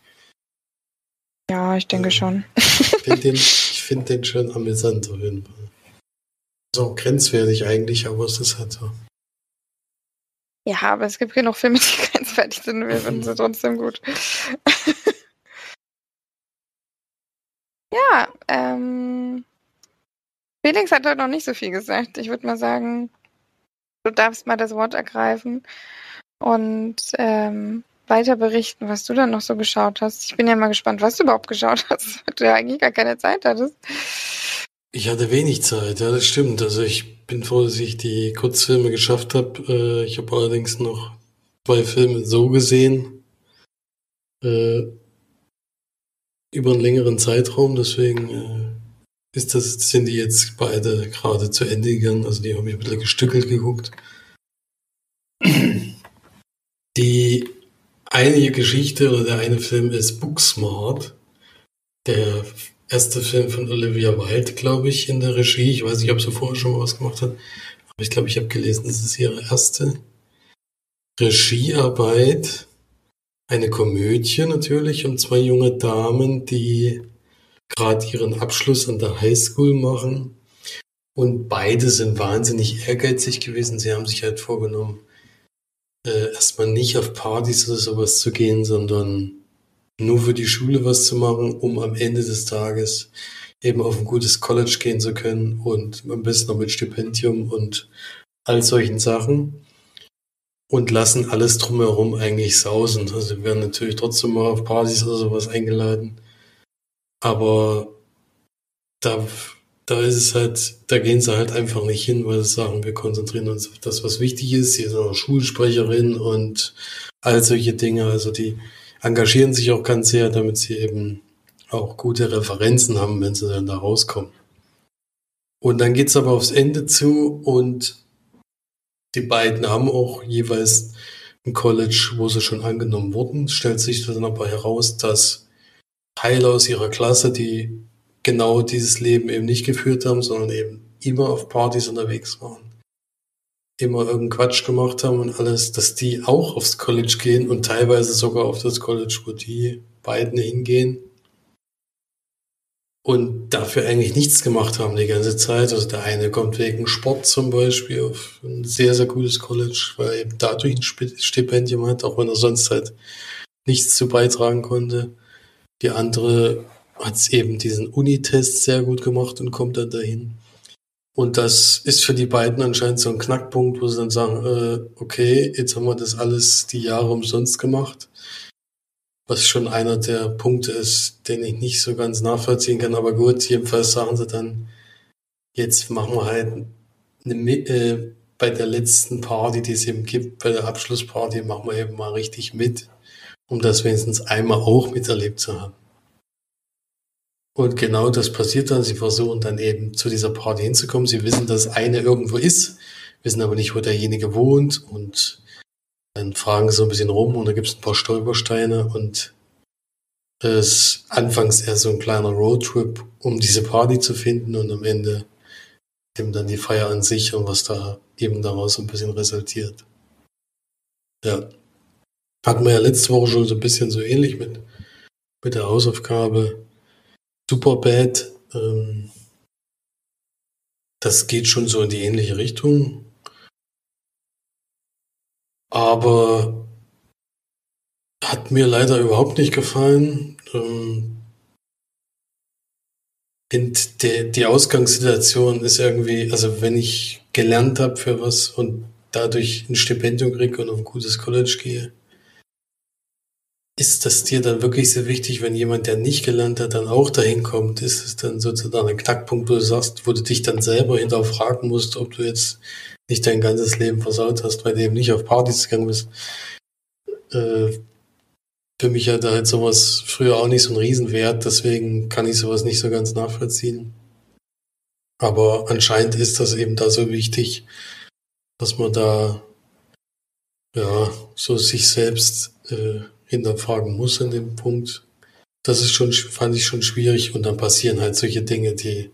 A: Ja, ich denke schon.
C: Ich finde den schon amüsant auf jeden Fall. So grenzwertig eigentlich, aber es ist halt so.
A: Ja, aber es gibt genug Filme, die grenzwertig sind. Wir finden sie trotzdem gut. Ja, Felix hat heute noch nicht so viel gesagt. Ich würde mal sagen, du darfst mal das Wort ergreifen und weiter berichten, was du dann noch so geschaut hast. Ich bin ja mal gespannt, was du überhaupt geschaut hast, weil du ja eigentlich gar keine Zeit hattest.
C: Ich hatte wenig Zeit, ja, das stimmt. Also ich bin froh, dass ich die Kurzfilme geschafft habe. Ich habe allerdings noch 2 Filme so gesehen. Über einen längeren Zeitraum, deswegen sind die jetzt beide gerade zu Ende gegangen. Also die habe ich ein bisschen gestückelt geguckt. Die eine Geschichte oder der eine Film ist Booksmart. Der erste Film von Olivia Wilde, glaube ich, in der Regie. Ich weiß nicht, ob sie vorher schon mal was gemacht hat. Aber ich glaube, ich habe gelesen, das ist ihre erste Regiearbeit. Eine Komödie natürlich um 2 junge Damen, die gerade ihren Abschluss an der Highschool machen. Und beide sind wahnsinnig ehrgeizig gewesen. Sie haben sich halt vorgenommen, erstmal nicht auf Partys oder sowas zu gehen, sondern nur für die Schule was zu machen, um am Ende des Tages eben auf ein gutes College gehen zu können und am besten noch mit Stipendium und all solchen Sachen und lassen alles drumherum eigentlich sausen. Also wir werden natürlich trotzdem mal auf Partys oder sowas eingeladen, aber da ist es halt, da gehen sie halt einfach nicht hin, weil sie sagen, wir konzentrieren uns auf das, was wichtig ist. Sie ist auch Schulsprecherin und all solche Dinge, also die engagieren sich auch ganz sehr, damit sie eben auch gute Referenzen haben, wenn sie dann da rauskommen. Und dann geht's aber aufs Ende zu und die beiden haben auch jeweils ein College, wo sie schon angenommen wurden. Es stellt sich dann aber heraus, dass Teile aus ihrer Klasse, die genau dieses Leben eben nicht geführt haben, sondern eben immer auf Partys unterwegs waren, immer irgendeinen Quatsch gemacht haben und alles, dass die auch aufs College gehen und teilweise sogar auf das College, wo die beiden hingehen. und dafür eigentlich nichts gemacht haben die ganze Zeit. Also der eine kommt wegen Sport zum Beispiel auf ein sehr, sehr gutes College, weil er eben dadurch ein Stipendium hat, auch wenn er sonst halt nichts zu beitragen konnte. Die andere hat eben diesen Unitest sehr gut gemacht und kommt dann dahin. Und das ist für die beiden anscheinend so ein Knackpunkt, wo sie dann sagen, okay, jetzt haben wir das alles die Jahre umsonst gemacht. Was schon einer der Punkte ist, den ich nicht so ganz nachvollziehen kann. Aber gut, jedenfalls sagen sie dann, jetzt machen wir halt bei der letzten Party, die es eben gibt, bei der Abschlussparty, machen wir eben mal richtig mit, um das wenigstens einmal auch miterlebt zu haben. Und genau das passiert dann. Sie versuchen dann eben zu dieser Party hinzukommen. Sie wissen, dass eine irgendwo ist, wissen aber nicht, wo derjenige wohnt. Und dann fragen sie so ein bisschen rum und da gibt es ein paar Stolpersteine. Und es ist anfangs eher so ein kleiner Roadtrip, um diese Party zu finden. Und am Ende eben dann die Feier an sich und was da eben daraus so ein bisschen resultiert. Ja. Hatten wir ja letzte Woche schon so ein bisschen so ähnlich mit der Hausaufgabe. Superbad, das geht schon so in die ähnliche Richtung. Aber hat mir leider überhaupt nicht gefallen. Die Ausgangssituation ist irgendwie, also wenn ich gelernt habe für was und dadurch ein Stipendium kriege und auf ein gutes College gehe, ist das dir dann wirklich so wichtig, wenn jemand, der nicht gelernt hat, dann auch dahin kommt? Ist es dann sozusagen ein Knackpunkt, wo du sagst, wo du dich dann selber hinterfragen musst, ob du jetzt nicht dein ganzes Leben versaut hast, weil du eben nicht auf Partys gegangen bist? Für mich hat da halt sowas früher auch nicht so einen Riesenwert, deswegen kann ich sowas nicht so ganz nachvollziehen. Aber anscheinend ist das eben da so wichtig, dass man da ja so sich selbst hinterfragen muss in dem Punkt. Das ist schon, fand ich schon schwierig und dann passieren halt solche Dinge, die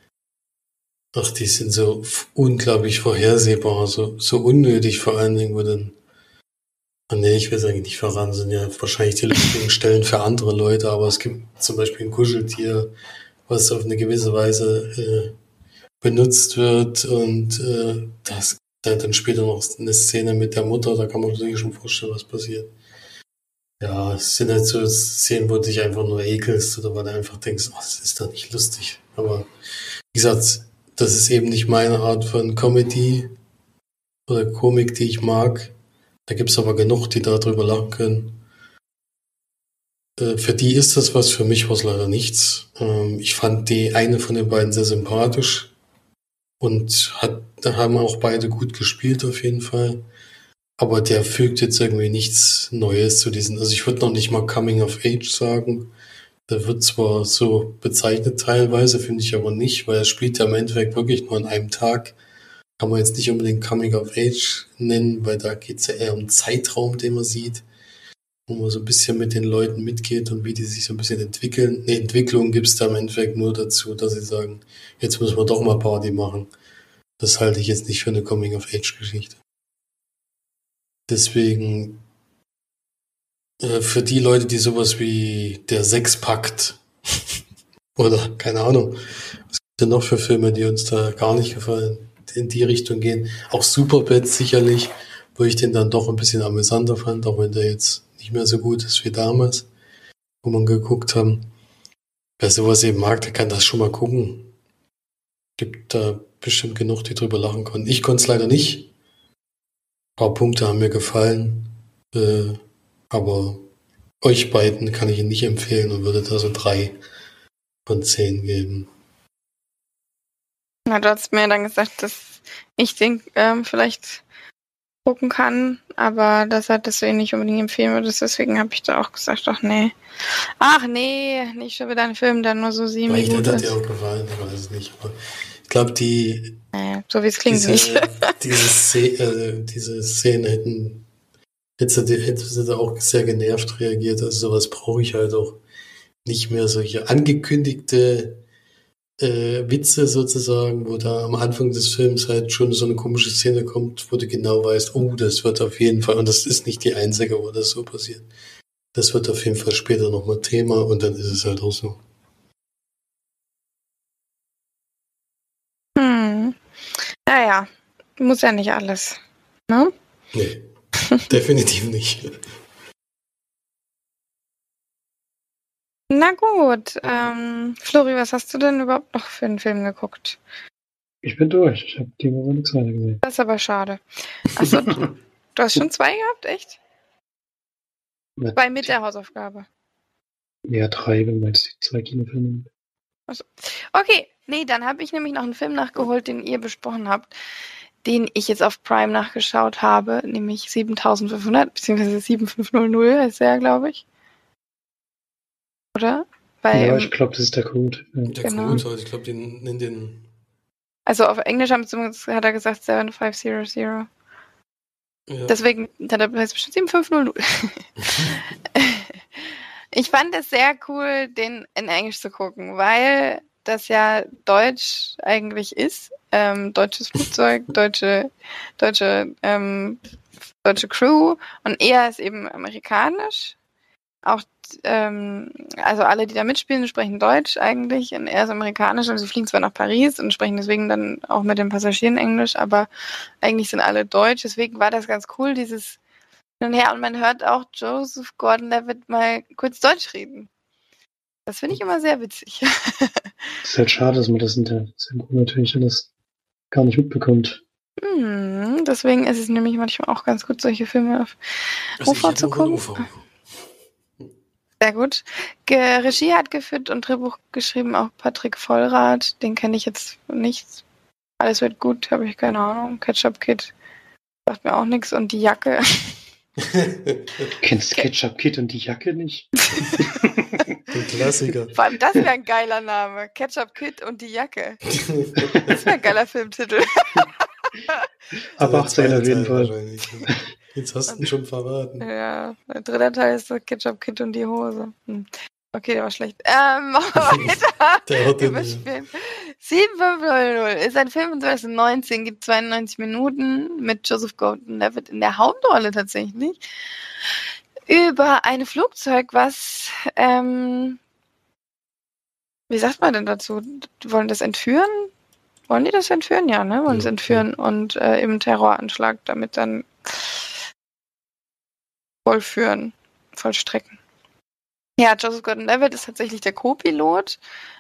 C: sind so unglaublich vorhersehbar, so unnötig vor allen Dingen, wo dann, nee, ich will es eigentlich nicht verraten, sind ja wahrscheinlich die lustigen Stellen für andere Leute, aber es gibt zum Beispiel ein Kuscheltier, was auf eine gewisse Weise benutzt wird und das dann später noch eine Szene mit der Mutter, da kann man sich schon vorstellen, was passiert. Ja, es sind halt so Szenen, wo du dich einfach nur ekelst oder weil du einfach denkst, oh, das ist doch nicht lustig. Aber wie gesagt, das ist eben nicht meine Art von Comedy oder Komik, die ich mag. Da gibt's aber genug, die da drüber lachen können. Für die ist das was, für mich war es leider nichts. Ich fand die eine von den beiden sehr sympathisch und da haben auch beide gut gespielt auf jeden Fall. Aber der fügt jetzt irgendwie nichts Neues zu diesen, also ich würde noch nicht mal Coming of Age sagen. Der wird zwar so bezeichnet teilweise, finde ich aber nicht, weil er spielt ja im Endeffekt wirklich nur an einem Tag. Kann man jetzt nicht unbedingt Coming of Age nennen, weil da geht es ja eher um den Zeitraum, den man sieht, wo man so ein bisschen mit den Leuten mitgeht und wie die sich so ein bisschen entwickeln. Eine Entwicklung gibt es da im Endeffekt nur dazu, dass sie sagen, jetzt müssen wir doch mal Party machen. Das halte ich jetzt nicht für eine Coming of Age Geschichte. Deswegen für die Leute, die sowas wie der Sechspakt oder keine Ahnung, was gibt denn noch für Filme, die uns da gar nicht gefallen, in die Richtung gehen. Auch Superbad sicherlich, wo ich den dann doch ein bisschen amüsanter fand, auch wenn der jetzt nicht mehr so gut ist wie damals, wo man geguckt haben. Wer sowas eben mag, der kann das schon mal gucken. Gibt da bestimmt genug, die drüber lachen konnten. Ich konnte es leider nicht. Ein paar Punkte haben mir gefallen, aber euch beiden kann ich ihn nicht empfehlen und würde da so 3 von 10 geben.
A: Na, du hast mir dann gesagt, dass ich den vielleicht gucken kann, aber dass er deswegen nicht unbedingt empfehlen würde. Deswegen habe ich da auch gesagt, ach nee. Ach nee, nicht schon wieder ein Film, der nur so 7 Minuten ist.
C: Vielleicht hat dir auch gefallen, ich weiß es nicht. Aber ich glaube,
A: so wie es klingt nicht.
C: Diese Szene hätte sie da auch sehr genervt reagiert. Also sowas brauche ich halt auch nicht mehr. Solche angekündigte Witze sozusagen, wo da am Anfang des Films halt schon so eine komische Szene kommt, wo du genau weißt, oh, das wird auf jeden Fall, und das ist nicht die einzige, wo das so passiert. Das wird auf jeden Fall später nochmal Thema und dann ist es halt auch so.
A: naja, muss ja nicht alles. Ne?
C: Nee, definitiv nicht.
A: Na gut, Flori, was hast du denn überhaupt noch für einen Film geguckt?
B: Ich bin durch. Ich habe die Woche nichts weiter gesehen.
A: Das ist aber schade. Achso, du hast schon 2 gehabt, echt? 2 mit der Hausaufgabe.
B: Ja, 3, wenn man jetzt die 2 Kinofilme nimmt.
A: Achso. Okay, nee, dann habe ich nämlich noch einen Film nachgeholt, den ihr besprochen habt, den ich jetzt auf Prime nachgeschaut habe, nämlich 7500, beziehungsweise 7500 heißt der, glaube ich. Oder?
B: Ja, ich glaube, das ist der Code. Ja.
C: Der
A: Genau.
C: Code, also ich glaube, den
A: Also auf Englisch hat er gesagt 7500.
C: ja.
A: Deswegen hat er bestimmt 7500. Ich fand es sehr cool, den in Englisch zu gucken, weil das ja Deutsch eigentlich ist. Deutsches Flugzeug, deutsche Crew, und er ist eben amerikanisch. Auch, also alle, die da mitspielen, sprechen Deutsch eigentlich, und er ist amerikanisch, und sie fliegen zwar nach Paris und sprechen deswegen dann auch mit den Passagieren Englisch, aber eigentlich sind alle Deutsch. Deswegen war das ganz cool, dieses Hin und Her, und man hört auch Joseph Gordon-Levitt mal kurz Deutsch reden. Das finde ich immer sehr witzig.
B: Es ist halt schade, dass man das in der Synchro natürlich alles gar nicht mitbekommt.
A: Deswegen ist es nämlich manchmal auch ganz gut, solche Filme auf UFO zu gucken. Sehr gut. Regie hat geführt und Drehbuch geschrieben auch Patrick Vollrath. Den kenne ich jetzt nicht. Alles wird gut, habe ich keine Ahnung. Ketchup Kid sagt mir auch nichts. Und die Jacke.
B: Du kennst Ketchup Kid und die Jacke nicht?
C: Der Klassiker.
A: Vor allem das wäre ein geiler Name. Ketchup Kid und die Jacke. Das wäre ein geiler Filmtitel.
B: Aber 18 auf jeden Fall.
C: Jetzt hast du ihn schon verraten.
A: Ja, der 3. Teil ist das Ketchup Kid und die Hose. Okay, der war schlecht. Machen wir weiter.
C: Der hat den
A: Überspielen. 7500 ist ein Film von 2019, gibt 92 Minuten mit Joseph Gordon-Levitt in der Hauptrolle tatsächlich. Über ein Flugzeug, was, wie sagt man denn dazu? Wollen das entführen? Wollen die das entführen? Ja, ne? Wollen sie entführen und im Terroranschlag damit dann vollstrecken. Ja, Joseph Gordon-Levitt ist tatsächlich der Co-Pilot.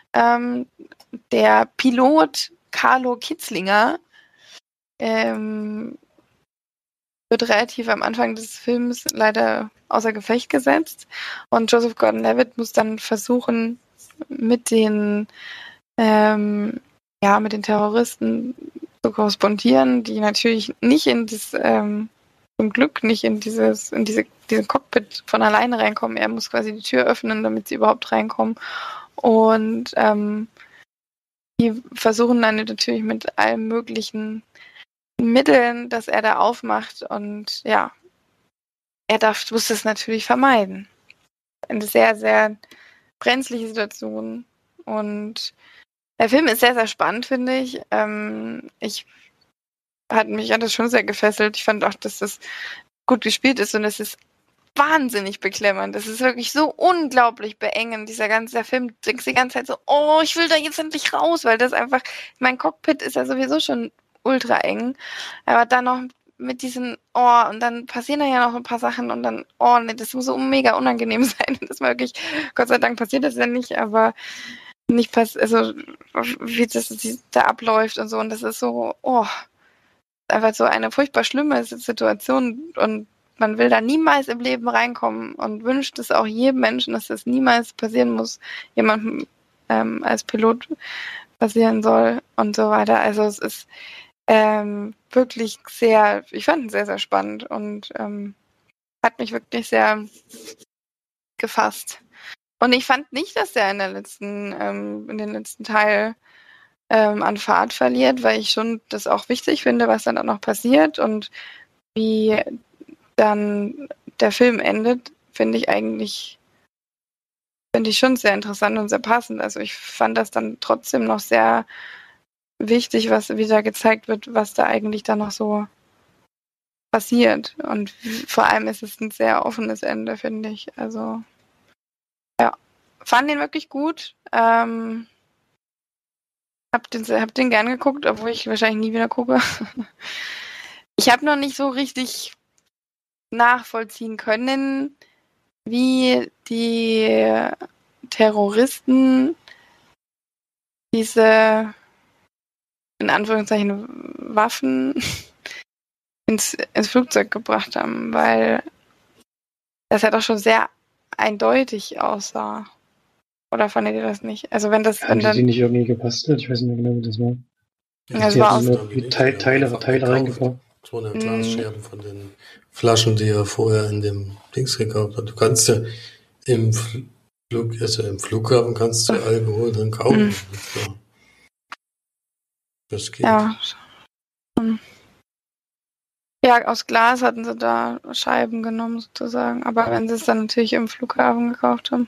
A: Der Pilot Carlo Kitzlinger wird relativ am Anfang des Films leider außer Gefecht gesetzt, und Joseph Gordon-Levitt muss dann versuchen, mit den Terroristen zu korrespondieren, die natürlich nicht in das zum Glück nicht in diesen Cockpit von alleine reinkommen. Er muss quasi die Tür öffnen, damit sie überhaupt reinkommen. Und die versuchen dann natürlich mit allen möglichen Mitteln, dass er da aufmacht. Und ja, muss das natürlich vermeiden. Eine sehr, sehr brenzliche Situation. Und der Film ist sehr, sehr spannend, finde ich. Mich hat das schon sehr gefesselt. Ich fand auch, dass das gut gespielt ist, und es ist wahnsinnig beklemmend. Das ist wirklich so unglaublich beengend, dieser ganze Film. Du denkst die ganze Zeit so, oh, ich will da jetzt endlich raus, weil das einfach, mein Cockpit ist ja sowieso schon ultra eng. Aber dann noch mit diesen, und dann passieren da ja noch ein paar Sachen, und dann, nee, das muss so mega unangenehm sein. Das war wirklich, Gott sei Dank passiert das ja nicht, aber nicht also wie das da abläuft und so. Und das ist so, einfach so eine furchtbar schlimme Situation, und man will da niemals im Leben reinkommen und wünscht es auch jedem Menschen, dass das niemals passieren muss, jemandem als Pilot passieren soll und so weiter. Also es ist wirklich ich fand ihn sehr, sehr spannend, und hat mich wirklich sehr gefasst. Und ich fand nicht, dass der in den letzten Teil an Fahrt verliert, weil ich schon das auch wichtig finde, was dann auch noch passiert, und wie dann der Film endet, finde ich schon sehr interessant und sehr passend. Also ich fand das dann trotzdem noch sehr wichtig, was wieder gezeigt wird, was da eigentlich dann noch so passiert. Und vor allem ist es ein sehr offenes Ende, finde ich. Also ja, fand den wirklich gut. hab den gern geguckt, obwohl ich wahrscheinlich nie wieder gucke. Ich habe noch nicht so richtig nachvollziehen können, wie die Terroristen diese, in Anführungszeichen, Waffen ins Flugzeug gebracht haben, weil das ja doch schon sehr eindeutig aussah. Oder fandet ihr das nicht? Also wenn das
B: Haben die nicht irgendwie gebastelt? Ich weiß nicht mehr genau, wie das war.
A: Ja,
B: Die
A: war
B: haben
A: aus-
B: irgendwie Teile reingebaut.
C: Das waren ja Glasscherben von den Flaschen, die er vorher in dem Dings gekauft hat. Du kannst ja im Flughafen kannst du Alkohol drin kaufen. Ja. Das geht.
A: Ja. Ja, aus Glas hatten sie da Scheiben genommen sozusagen. Aber wenn sie es dann natürlich im Flughafen gekauft haben.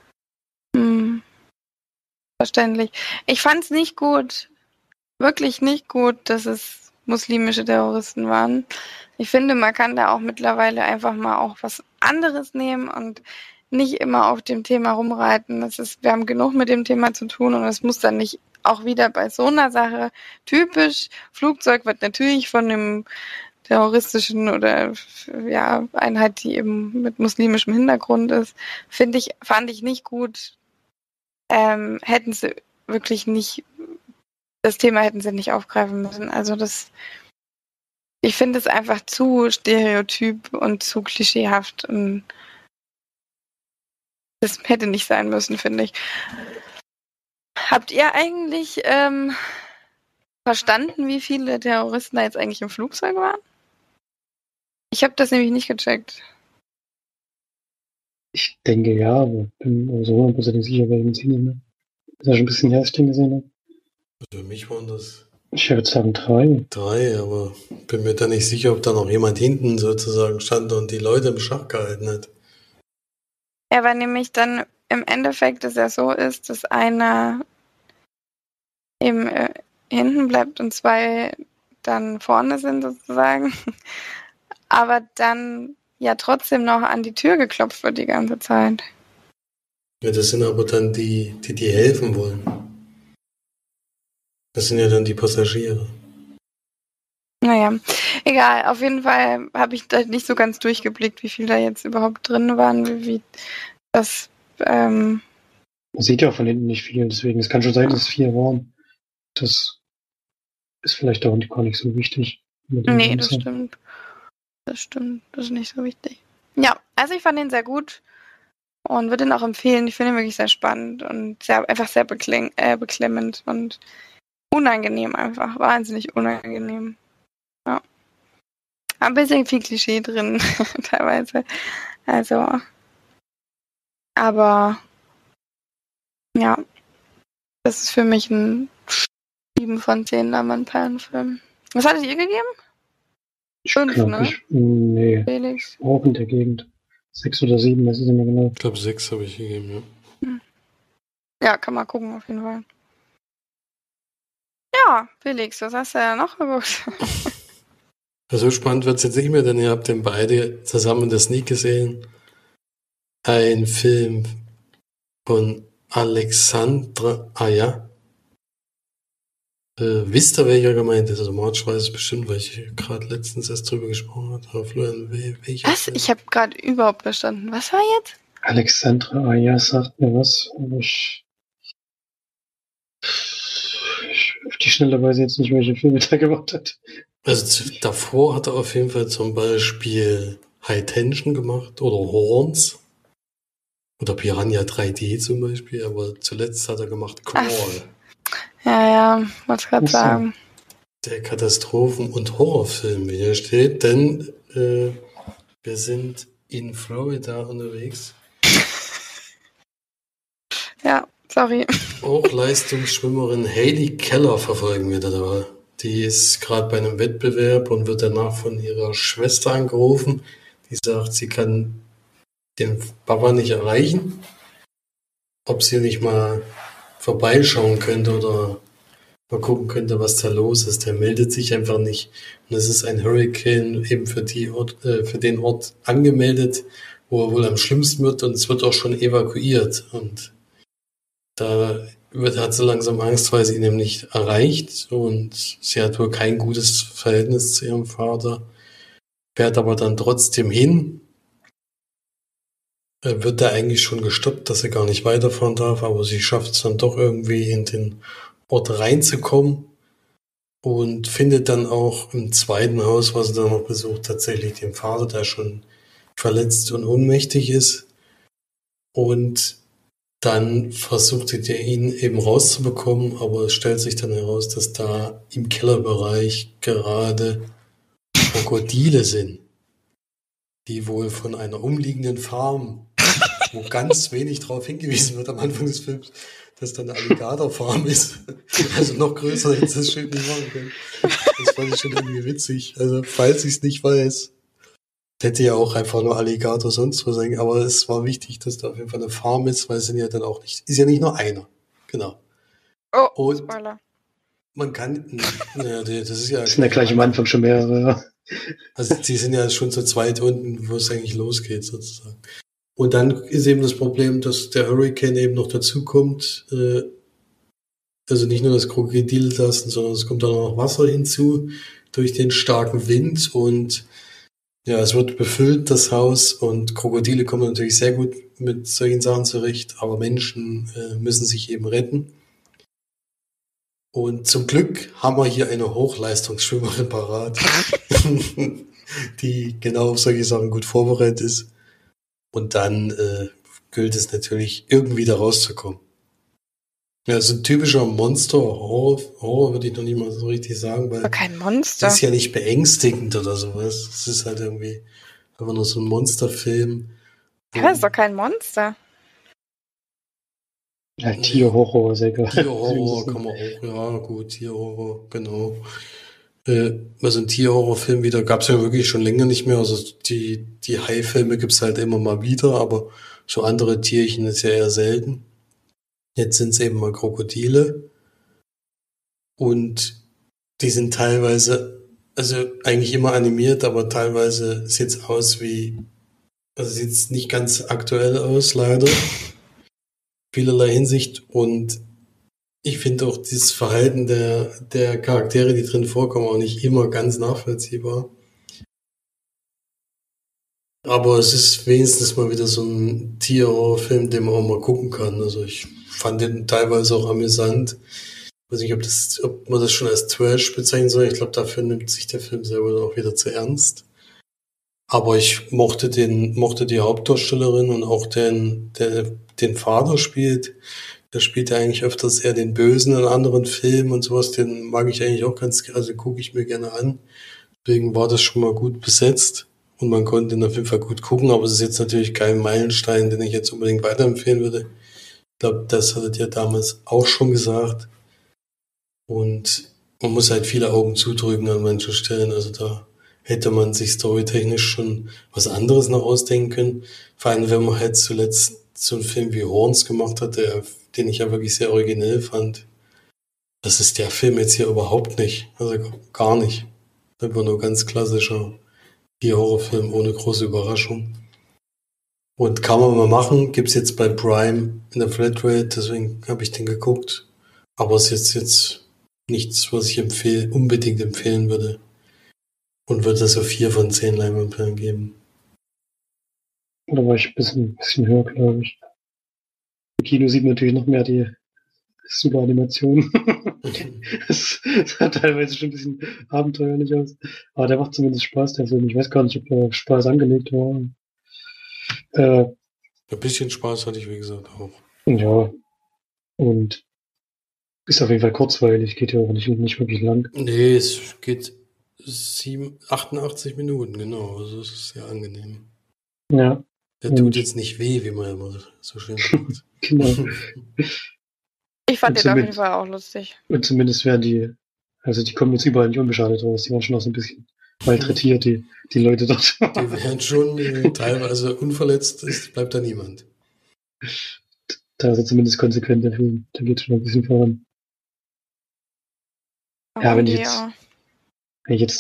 A: Verständlich. Ich fand es nicht gut. Wirklich nicht gut, dass es muslimische Terroristen waren. Ich finde, man kann da auch mittlerweile einfach mal auch was anderes nehmen und nicht immer auf dem Thema rumreiten. Wir haben genug mit dem Thema zu tun und es muss dann nicht auch wieder bei so einer Sache typisch. Flugzeug wird natürlich von einem terroristischen oder ja, Einheit, die eben mit muslimischem Hintergrund ist, fand ich nicht gut. Hätten sie wirklich nicht, das Thema hätten sie nicht aufgreifen müssen. Also ich finde es einfach zu stereotyp und zu klischeehaft und das hätte nicht sein müssen, finde ich. Habt ihr eigentlich verstanden, wie viele Terroristen da jetzt eigentlich im Flugzeug waren? Ich habe das nämlich nicht gecheckt.
B: Ich denke ja, aber bin so 100% sicher, weil ich mit nicht mehr. Das ist ja schon ein bisschen her, als ich den gesehen habe.
C: Für mich waren das
B: Ich würde sagen 3.
C: 3, aber bin mir da nicht sicher, ob da noch jemand hinten sozusagen stand und die Leute im Schach gehalten hat.
A: Ja, weil nämlich dann im Endeffekt es ja so ist, dass einer eben hinten bleibt und 2 dann vorne sind sozusagen. Aber dann ja trotzdem noch an die Tür geklopft wird die ganze Zeit.
C: Ja, das sind aber dann die helfen wollen. Das sind ja dann die Passagiere.
A: Naja, egal. Auf jeden Fall habe ich da nicht so ganz durchgeblickt, wie viel da jetzt überhaupt drin waren, wie das.
B: Man sieht ja auch von hinten nicht viel, deswegen es kann schon sein, dass es 4 waren. Das ist vielleicht auch gar nicht so wichtig.
A: Nee, das stimmt. Das stimmt. Das ist nicht so wichtig. Ja, also ich fand ihn sehr gut und würde ihn auch empfehlen. Ich finde ihn wirklich sehr spannend und einfach sehr beklemmend und unangenehm einfach. Wahnsinnig unangenehm. Ja. Ein bisschen viel Klischee drin, teilweise. Also, aber ja, das ist für mich ein 7 von 10 Leinwandperlenfilm. Was hattet ihr gegeben? 5, ne?
B: Nee,
A: Felix?
B: auch in der Gegend. 6 oder 7, weiß ich nicht mehr genau.
C: Ich glaube 6 habe ich gegeben, ja.
A: Ja, kann man gucken auf jeden Fall. Ja, Felix, was hast du ja noch geguckt?
C: So spannend wird es jetzt nicht mehr, denn ihr habt den beide zusammen das nie gesehen. Ein Film von Alexandre Aja. Wisst ihr, welcher gemeint ist? Also Marge weiß es bestimmt, weil ich gerade letztens erst drüber gesprochen habe. Aber Florian, welcher
A: Was?
C: Film?
A: Ich habe gerade überhaupt verstanden. Was war jetzt?
B: Alexandra Aya sagt mir was, aber ich auf die schnelle Weise jetzt nicht, welche Filme der gemacht hat.
C: Also davor hat er auf jeden Fall zum Beispiel High Tension gemacht oder Horns oder Piranha 3D zum Beispiel, aber zuletzt hat er gemacht Crawl.
A: Ja, wollte gerade sagen.
C: Der Katastrophen- und Horrorfilm, wie hier steht, denn wir sind in Florida unterwegs.
A: Ja, sorry.
C: Hochleistungsschwimmerin Hayley Keller verfolgen wir da dabei. Die ist gerade bei einem Wettbewerb und wird danach von ihrer Schwester angerufen. Die sagt, sie kann den Papa nicht erreichen. Ob sie nicht mal vorbeischauen könnte oder mal gucken könnte, was da los ist. Der meldet sich einfach nicht. Und es ist ein Hurricane eben für den Ort angemeldet, wo er wohl am schlimmsten wird und es wird auch schon evakuiert. Und da hat so langsam Angst, weil sie ihn eben nicht erreicht und sie hat wohl kein gutes Verhältnis zu ihrem Vater, fährt aber dann trotzdem hin. Wird da eigentlich schon gestoppt, dass sie gar nicht weiterfahren darf, aber sie schafft es dann doch irgendwie in den Ort reinzukommen und findet dann auch im zweiten Haus, was sie dann noch besucht, tatsächlich den Vater, der schon verletzt und ohnmächtig ist. Und dann versucht sie ihn eben rauszubekommen, aber es stellt sich dann heraus, dass da im Kellerbereich gerade Krokodile sind, die wohl von einer umliegenden Farm, wo ganz wenig darauf hingewiesen wird am Anfang des Films, dass da eine Alligatorfarm ist. Also noch größer hätte es das Schild nicht machen können. Das fand ich schon irgendwie witzig. Also falls ich es nicht weiß, hätte ja auch einfach nur Alligator sonst was sein. Aber es war wichtig, dass da auf jeden Fall eine Farm ist, weil es sind ja dann auch nicht, ist ja nicht nur einer. Genau.
A: Oh,
C: Und
A: Spoiler.
C: man kann, ja, das ist ja.
B: Das sind ja gleich am Anfang schon mehrere. Ja.
C: Also die sind ja schon zu zweit unten, wo es eigentlich losgeht sozusagen. Und dann ist eben das Problem, dass der Hurricane eben noch dazukommt. Also nicht nur das Krokodil lassen, sondern es kommt dann auch noch Wasser hinzu durch den starken Wind. Und ja, es wird befüllt, das Haus. Und Krokodile kommen natürlich sehr gut mit solchen Sachen zurecht. Aber Menschen müssen sich eben retten. Und zum Glück haben wir hier eine Hochleistungsschwimmerin parat, die genau auf solche Sachen gut vorbereitet ist. Und dann gilt es natürlich, irgendwie da rauszukommen. Ja, so ein typischer Monster-Horror würde ich noch nicht mal so richtig sagen, weil
A: Aber kein
C: es
A: Monster.
C: ist ja nicht beängstigend oder sowas. Es ist halt irgendwie einfach nur so ein Monsterfilm.
A: Ja, das ist doch kein Monster.
B: Ja, Tierhorror, ist egal.
C: Tierhorror kann man auch, ja gut, Tierhorror, genau. Also ein Tierhorrorfilm wieder gab es ja wirklich schon länger nicht mehr. Also die Haifilme gibt's halt immer mal wieder, aber so andere Tierchen ist ja eher selten. Jetzt sind es eben mal Krokodile. Und die sind teilweise, also eigentlich immer animiert, aber teilweise sieht's aus wie, also sieht's nicht ganz aktuell aus, leider. Vielerlei Hinsicht. Und ich finde auch dieses Verhalten der Charaktere, die drin vorkommen, auch nicht immer ganz nachvollziehbar. Aber es ist wenigstens mal wieder so ein Tierhorrorfilm, den man auch mal gucken kann. Also ich fand den teilweise auch amüsant. Ich weiß nicht, ob man das schon als Trash bezeichnen soll. Ich glaube, dafür nimmt sich der Film selber dann auch wieder zu ernst. Aber ich mochte die Hauptdarstellerin und auch den Vater spielt. Der spielt ja eigentlich öfters eher den Bösen in anderen Filmen und sowas. Den mag ich eigentlich auch ganz gerne, also gucke ich mir gerne an. Deswegen war das schon mal gut besetzt und man konnte ihn auf jeden Fall gut gucken. Aber es ist jetzt natürlich kein Meilenstein, den ich jetzt unbedingt weiterempfehlen würde. Ich glaube, das hattet ihr damals auch schon gesagt. Und man muss halt viele Augen zudrücken an manchen Stellen. Also da hätte man sich storytechnisch schon was anderes noch ausdenken können. Vor allem, wenn man halt zuletzt so einen Film wie Horns gemacht hat, den ich ja wirklich sehr originell fand. Das ist der Film jetzt hier überhaupt nicht. Also gar nicht. Einfach nur ganz klassischer Horrorfilm ohne große Überraschung. Und kann man mal machen. Gibt's jetzt bei Prime in der Flatrate, deswegen habe ich den geguckt. Aber es ist jetzt nichts, was ich unbedingt empfehlen würde. Und würde das so 4 von 10 Leinwandperlen geben.
B: Da war ich ein bisschen höher, glaube ich. Im Kino sieht man natürlich noch mehr die super Animation. Das sah teilweise schon ein bisschen abenteuerlich aus. Aber der macht zumindest Spaß, der Film. Ich weiß gar nicht, ob der Spaß angelegt war.
C: Ein bisschen Spaß hatte ich, wie gesagt, auch.
B: Ja. Und ist auf jeden Fall kurzweilig, geht ja auch nicht wirklich lang.
C: Nee, es geht 88 Minuten, genau. Also es ist sehr angenehm.
B: Ja.
C: Der tut jetzt nicht weh, wie man immer so schön sagt.
B: Genau.
A: Ich fand den auf jeden Fall auch lustig.
B: Und zumindest werden die kommen jetzt überall nicht unbeschadet raus. Die waren schon auch so ein bisschen malträtiert, die Leute dort.
C: Die werden schon teilweise unverletzt, bleibt da niemand.
B: Da ist er zumindest konsequent, der Film. Da geht es schon ein bisschen voran. Ja, wenn ich jetzt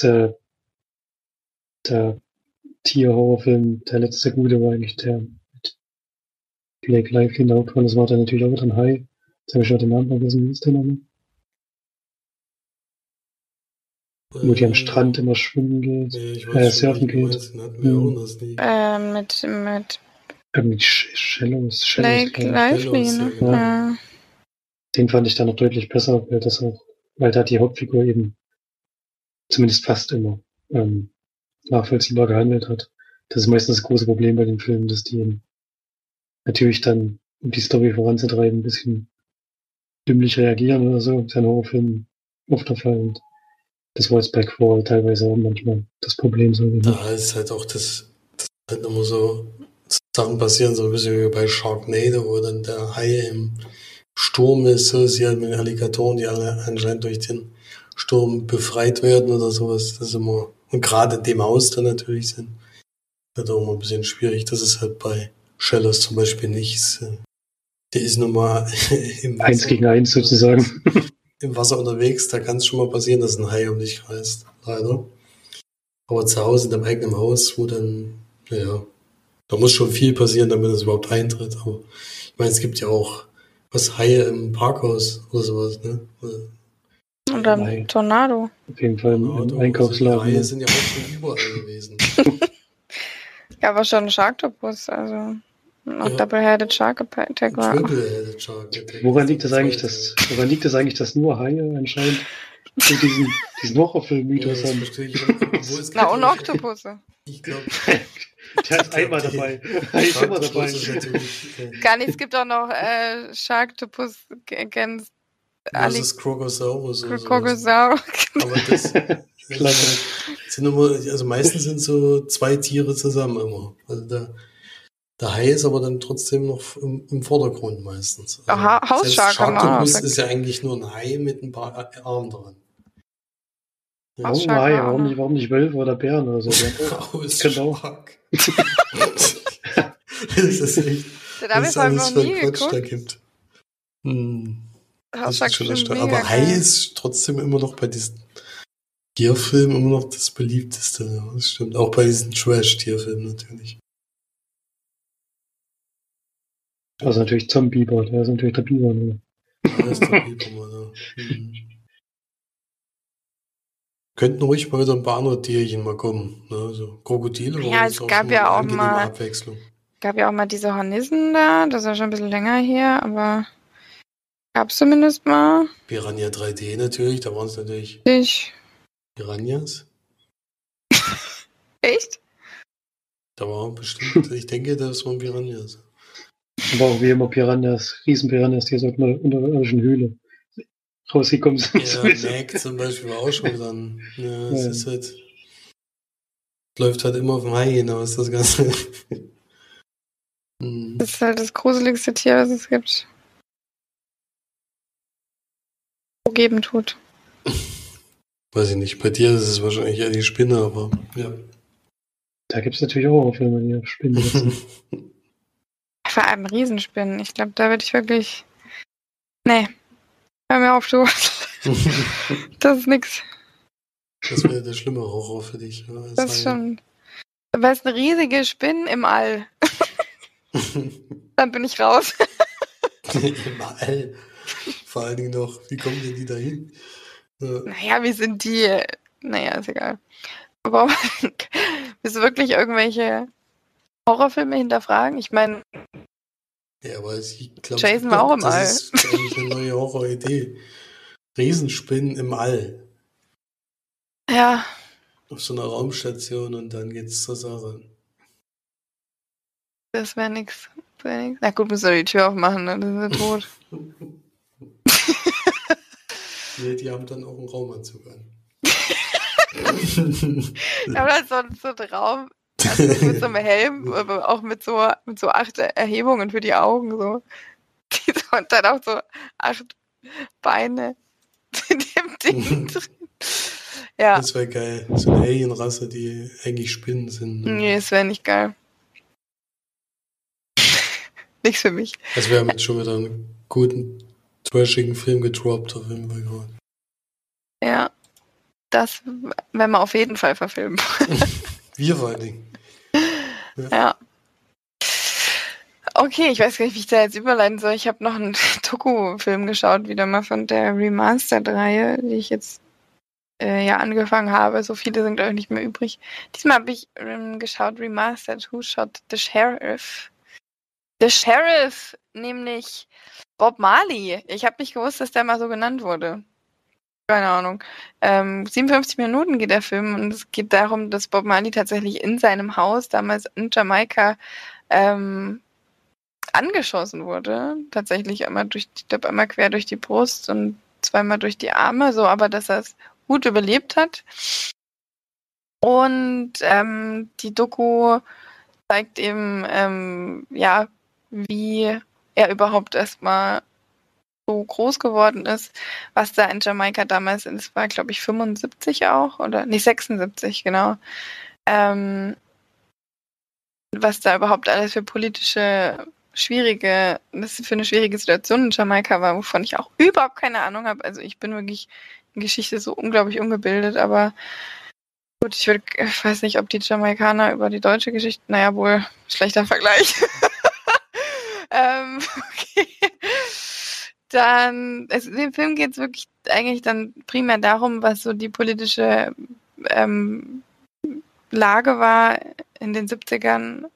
B: der Tier-Horrorfilm, der letzte gute war eigentlich der mit Blake Lively in der Hauptrolle. Das war dann natürlich auch wieder ein Hai. Jetzt habe ich schon den Namen vergessen, wie ist der Name? Wo die am Strand immer schwimmen geht.
C: Nee, ich weiß schon,
B: surfen geht.
C: den hatten wir auch das nicht.
A: Mit
B: Irgendwie Shallows,
A: Blake
B: glaube ich.
A: Lively,
C: Shallows,
A: ne?
C: ja,
A: Ja.
B: Den fand ich dann noch deutlich besser, weil da die Hauptfigur eben zumindest fast immer nachvollziehbar gehandelt hat. Das ist meistens das große Problem bei den Filmen, dass die eben natürlich dann, um die Story voranzutreiben, ein bisschen dümmlich reagieren oder so. Das ist ja in Horrorfilmen oft der Fall. Und das war jetzt bei Crawl teilweise auch manchmal das Problem. So
C: da ist halt auch das halt immer so Sachen passieren, so ein bisschen wie bei Sharknado, wo dann der Hai im Sturm ist, so ist sie halt mit den Alligatoren, die alle anscheinend durch den Sturm befreit werden oder sowas. Das ist immer, und gerade in dem Haus dann natürlich sind, wird auch immer ein bisschen schwierig. Das ist halt bei Shallows zum Beispiel nichts. Der ist nun mal im Wasser.
B: 1 gegen 1 sozusagen.
C: Im Wasser unterwegs, da kann es schon mal passieren, dass ein Hai um dich kreist. Leider. Aber zu Hause in deinem eigenen Haus, wo dann, naja, da muss schon viel passieren, damit das überhaupt eintritt. Aber ich meine, es gibt ja auch Haie im Parkhaus oder sowas, ne?
A: Oder ein Tornado.
B: Auf jeden Fall im Einkaufsladen.
C: Also die Haie sind ja auch schon überall gewesen.
A: Ja, aber schon ein Sharktopus, also noch
C: Ja.
A: Double-Headed Shark Attack war.
C: Triple-Headed Shark Attack.
B: Woran liegt das eigentlich, dass nur Haie anscheinend so diesen Horrorfilm-Mythos
C: das
B: haben?
C: verstehe ich. Obwohl es
A: Na,
C: gibt
A: und
C: ja-
A: Oktopusse.
C: Ich glaube,
B: Der ist einmal dabei. Der ist immer dabei.
A: Gar nicht, es gibt auch noch Sharktopus against
C: Das ist Krogosaurus oder sowas.
A: Krogosaurus.
C: Aber das
B: Klasse.
C: sind immer, also meistens sind so 2 Tiere zusammen immer. Also der Hai ist aber dann trotzdem noch im Vordergrund meistens. Also
A: Hausshark haben wir auch
C: Sharktopus
A: noch.
C: ist ja eigentlich nur ein Hai mit ein paar Armen dran. Ja.
B: Warum
A: Shark
B: Haie?
A: war auch
B: Warum nicht Wölfe oder Bären oder so? Genau.
C: Hausshark. Das ist echt,
A: Den habe ich
C: was
A: vor allem
C: alles
A: noch
C: für
A: nie
C: Quatsch da
A: geguckt.
C: gibt. Das
A: Hausshark
C: ist schon
A: bestimmt
C: erstaunlich.
A: mega
C: Aber Hai
A: geil.
C: ist trotzdem immer noch bei diesen Tierfilmen immer noch das beliebteste. Ja, das stimmt. Auch bei diesen Trash-Tierfilmen natürlich.
B: Also natürlich Zombie-Biber, der ist natürlich der Biber. Ne?
C: Da ist der Biber mal da. Könnten ruhig mal wieder ein paar andere Tierchen mal kommen. Ne? Also Krokodile
A: Ja,
C: waren
A: es
C: jetzt
A: gab
C: schon
A: ja
C: eine
A: auch
C: angenehme
A: mal-
C: Abwechslung.
A: Gab ja auch mal diese Hornissen da, das ist ja schon ein bisschen länger her, aber gab's zumindest mal.
C: Piranha 3D natürlich, da waren es natürlich
A: Ich.
C: Piranhas.
A: Echt?
C: Da waren bestimmt, ich denke, das waren Piranhas.
B: Aber auch wie immer Piranhas, Riesenpiranhas, die aus einer unterirdischen Höhle rausgekommen sind.
C: Ja, Mac zum Beispiel war auch schon dann. Ja, es
B: Ja.
C: ist halt. Läuft halt immer auf dem Hai hinaus, das Ganze.
A: Das ist halt das gruseligste Tier, was es gibt. Geben tut.
C: Weiß ich nicht, bei dir ist es wahrscheinlich eher die Spinne, aber ja.
B: Da gibt es natürlich auch Filme, die auf Spinnen sitzen.
A: Vor allem Riesenspinnen. Ich glaube, da würde ich wirklich. Nee. Hör mir auf, du. Das ist nix.
C: Das wäre der schlimme Horror für dich. Ja,
A: Das ist schon. Aber es ist eine riesige Spinne im All. Dann bin ich raus.
C: Im All. Vor allen Dingen noch, wie kommen denn die da hin? Ja.
A: Naja, wir sind die. Naja, ist egal. Aber willst du wirklich irgendwelche Horrorfilme hinterfragen? Ich meine,
C: Ja, aber ich glaube,
A: Jason war auch im All.
C: Das ist eigentlich eine neue Horroridee. Riesenspinnen im All.
A: ja,
C: Auf so einer Raumstation und dann geht's zur Sache.
A: das wäre nix. Na gut, müssen wir die Tür aufmachen, ne? Dann sind wir tot.
C: Nee, die haben dann auch einen Raumanzug an.
A: Aber das ist so ein Raum, also mit so einem Helm, aber auch mit so 8 Erhebungen für die Augen, so. Und dann auch so 8 Beine in dem Ding drin. Ja,
C: Das wäre geil. So eine Alienrasse, die eigentlich Spinnen sind.
A: nee, das wäre nicht geil. Nichts für mich.
C: Also wir haben jetzt schon wieder einen guten, trashigen Film gedroppt auf jeden Fall gerade.
A: Ja, das werden wir auf jeden Fall verfilmen.
C: Wir vor allen Dingen.
A: Ja. Okay, ich weiß gar nicht, wie ich da jetzt überleiten soll. Ich habe noch einen Doku-Film geschaut, wieder mal von der Remastered-Reihe, die ich jetzt angefangen habe. So viele sind, glaube ich, nicht mehr übrig. Diesmal habe ich geschaut, Remastered, Who Shot the Sheriff? The Sheriff, nämlich Bob Marley. Ich habe nicht gewusst, dass der mal so genannt wurde. Keine Ahnung. 57 Minuten geht der Film und es geht darum, dass Bob Marley tatsächlich in seinem Haus, damals in Jamaika, angeschossen wurde. Tatsächlich einmal einmal quer durch die Brust und zweimal durch die Arme, so aber dass er es gut überlebt hat. Und die Doku zeigt eben, wie er überhaupt erstmal so groß geworden ist, was da in Jamaika damals, es war glaube ich 75 auch, oder nee, 76, genau, was da überhaupt alles für für eine schwierige Situation in Jamaika war, wovon ich auch überhaupt keine Ahnung habe. Also ich bin wirklich in Geschichte so unglaublich ungebildet, aber gut, ich weiß nicht, ob die Jamaikaner über die deutsche Geschichte, naja, wohl, schlechter Vergleich. Okay. Dann, in dem Film geht es wirklich eigentlich dann primär darum, was so die politische Lage war in den 70ern.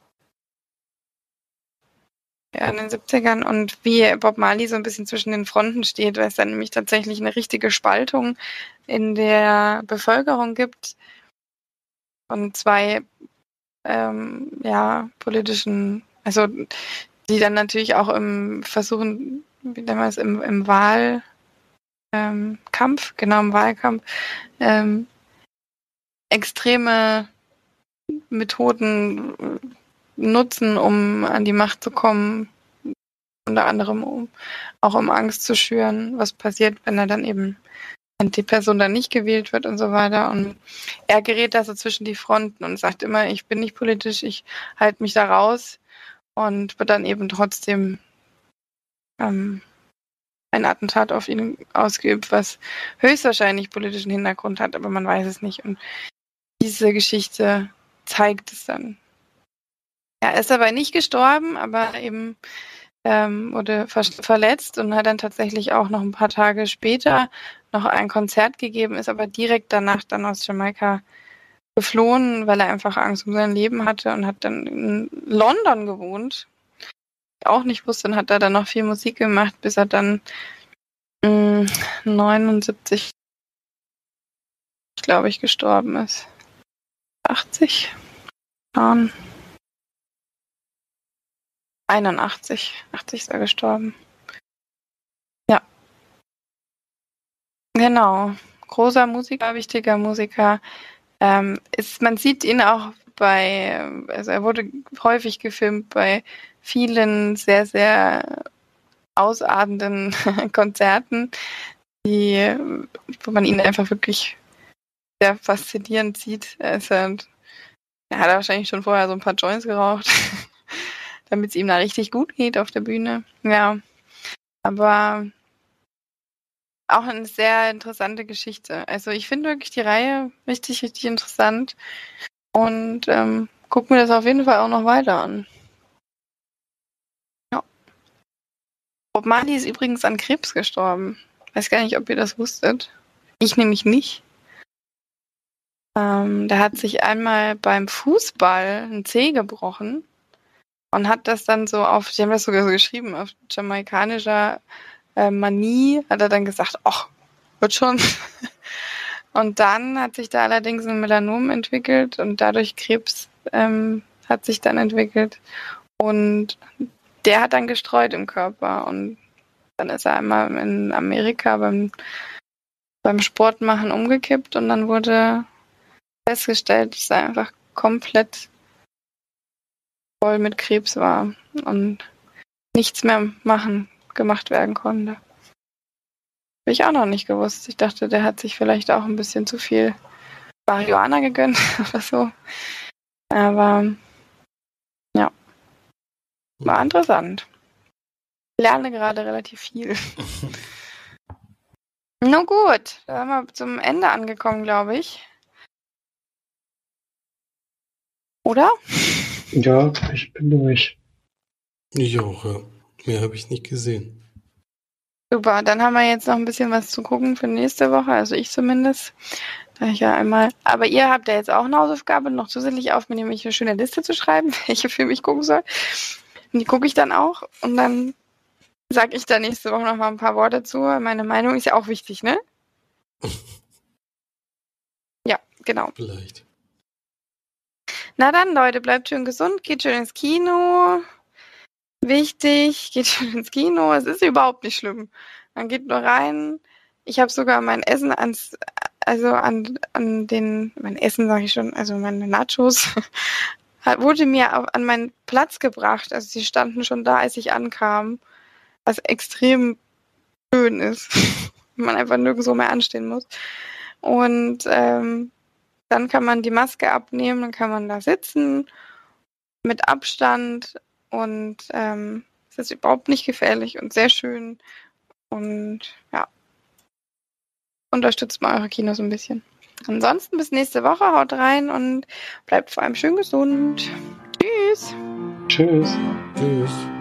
A: Ja, in den 70ern und wie Bob Marley so ein bisschen zwischen den Fronten steht, weil es dann nämlich tatsächlich eine richtige Spaltung in der Bevölkerung gibt und zwei politischen, also die dann natürlich auch versuchen, wie damals im Wahlkampf, im Wahlkampf, extreme Methoden nutzen, um an die Macht zu kommen, unter anderem auch um Angst zu schüren, was passiert, wenn die Person dann nicht gewählt wird und so weiter. Und er gerät da so zwischen die Fronten und sagt immer, ich bin nicht politisch, ich halte mich da raus und wird dann eben trotzdem ein Attentat auf ihn ausgeübt, was höchstwahrscheinlich politischen Hintergrund hat, aber man weiß es nicht. Und diese Geschichte zeigt es dann. Er ist aber nicht gestorben, aber eben wurde verletzt und hat dann tatsächlich auch noch ein paar Tage später noch ein Konzert gegeben, ist aber direkt danach dann aus Jamaika geflohen, weil er einfach Angst um sein Leben hatte und hat dann in London gewohnt. Auch nicht wusste und hat da dann noch viel Musik gemacht, bis er dann 79, glaube ich, gestorben ist. 80 Jahren. 81 ist er gestorben. Ja. Genau. Großer Musiker, wichtiger Musiker. Man sieht ihn auch also er wurde häufig gefilmt bei vielen sehr, sehr ausartenden Konzerten, wo man ihn einfach wirklich sehr faszinierend sieht. Er hat wahrscheinlich schon vorher so ein paar Joints geraucht, damit es ihm da richtig gut geht auf der Bühne. Ja, aber auch eine sehr interessante Geschichte. Also ich finde wirklich die Reihe richtig, richtig interessant und guck mir das auf jeden Fall auch noch weiter an. Ja. Bob Marley ist übrigens an Krebs gestorben. Weiß gar nicht, ob ihr das wusstet. Ich nämlich nicht. Der hat sich einmal beim Fußball ein Zeh gebrochen und hat das dann so die haben das sogar so geschrieben, auf jamaikanischer Manie, hat er dann gesagt, ach, wird schon. Und dann hat sich da allerdings ein Melanom entwickelt und dadurch Krebs hat sich dann entwickelt. Und der hat dann gestreut im Körper. Und dann ist er einmal in Amerika beim Sportmachen umgekippt und dann wurde festgestellt, dass er einfach komplett voll mit Krebs war und nichts mehr gemacht werden konnte. Habe ich auch noch nicht gewusst. Ich dachte, der hat sich vielleicht auch ein bisschen zu viel Marihuana gegönnt oder so. Aber ja, war interessant. Ich lerne gerade relativ viel. Na gut, da sind wir zum Ende angekommen, glaube ich. Oder?
B: Ja, ich bin durch.
C: Ich auch, ja. Mehr habe ich nicht gesehen.
A: Super, dann haben wir jetzt noch ein bisschen was zu gucken für nächste Woche, also ich zumindest. Da ich ja einmal. Aber ihr habt ja jetzt auch eine Hausaufgabe, noch zusätzlich auf mir nämlich eine schöne Liste zu schreiben, welche Filme ich gucken soll. Und die gucke ich dann auch und dann sage ich da nächste Woche noch mal ein paar Worte zu. Meine Meinung ist ja auch wichtig, ne? Ja, genau.
C: Vielleicht.
A: Na dann, Leute, bleibt schön gesund, geht schön ins Kino. Wichtig, geht schön ins Kino. Es ist überhaupt nicht schlimm. Man geht nur rein. Ich habe sogar mein Essen mein Essen sage ich schon, also meine Nachos, wurde mir an meinen Platz gebracht. Also sie standen schon da, als ich ankam, was extrem schön ist, wenn man einfach nirgendwo mehr anstehen muss. Und dann kann man die Maske abnehmen, dann kann man da sitzen mit Abstand und es ist überhaupt nicht gefährlich und sehr schön. Und ja, unterstützt mal eure Kinos ein bisschen. Ansonsten bis nächste Woche, haut rein und bleibt vor allem schön gesund. Tschüss.
B: Tschüss.
C: Tschüss.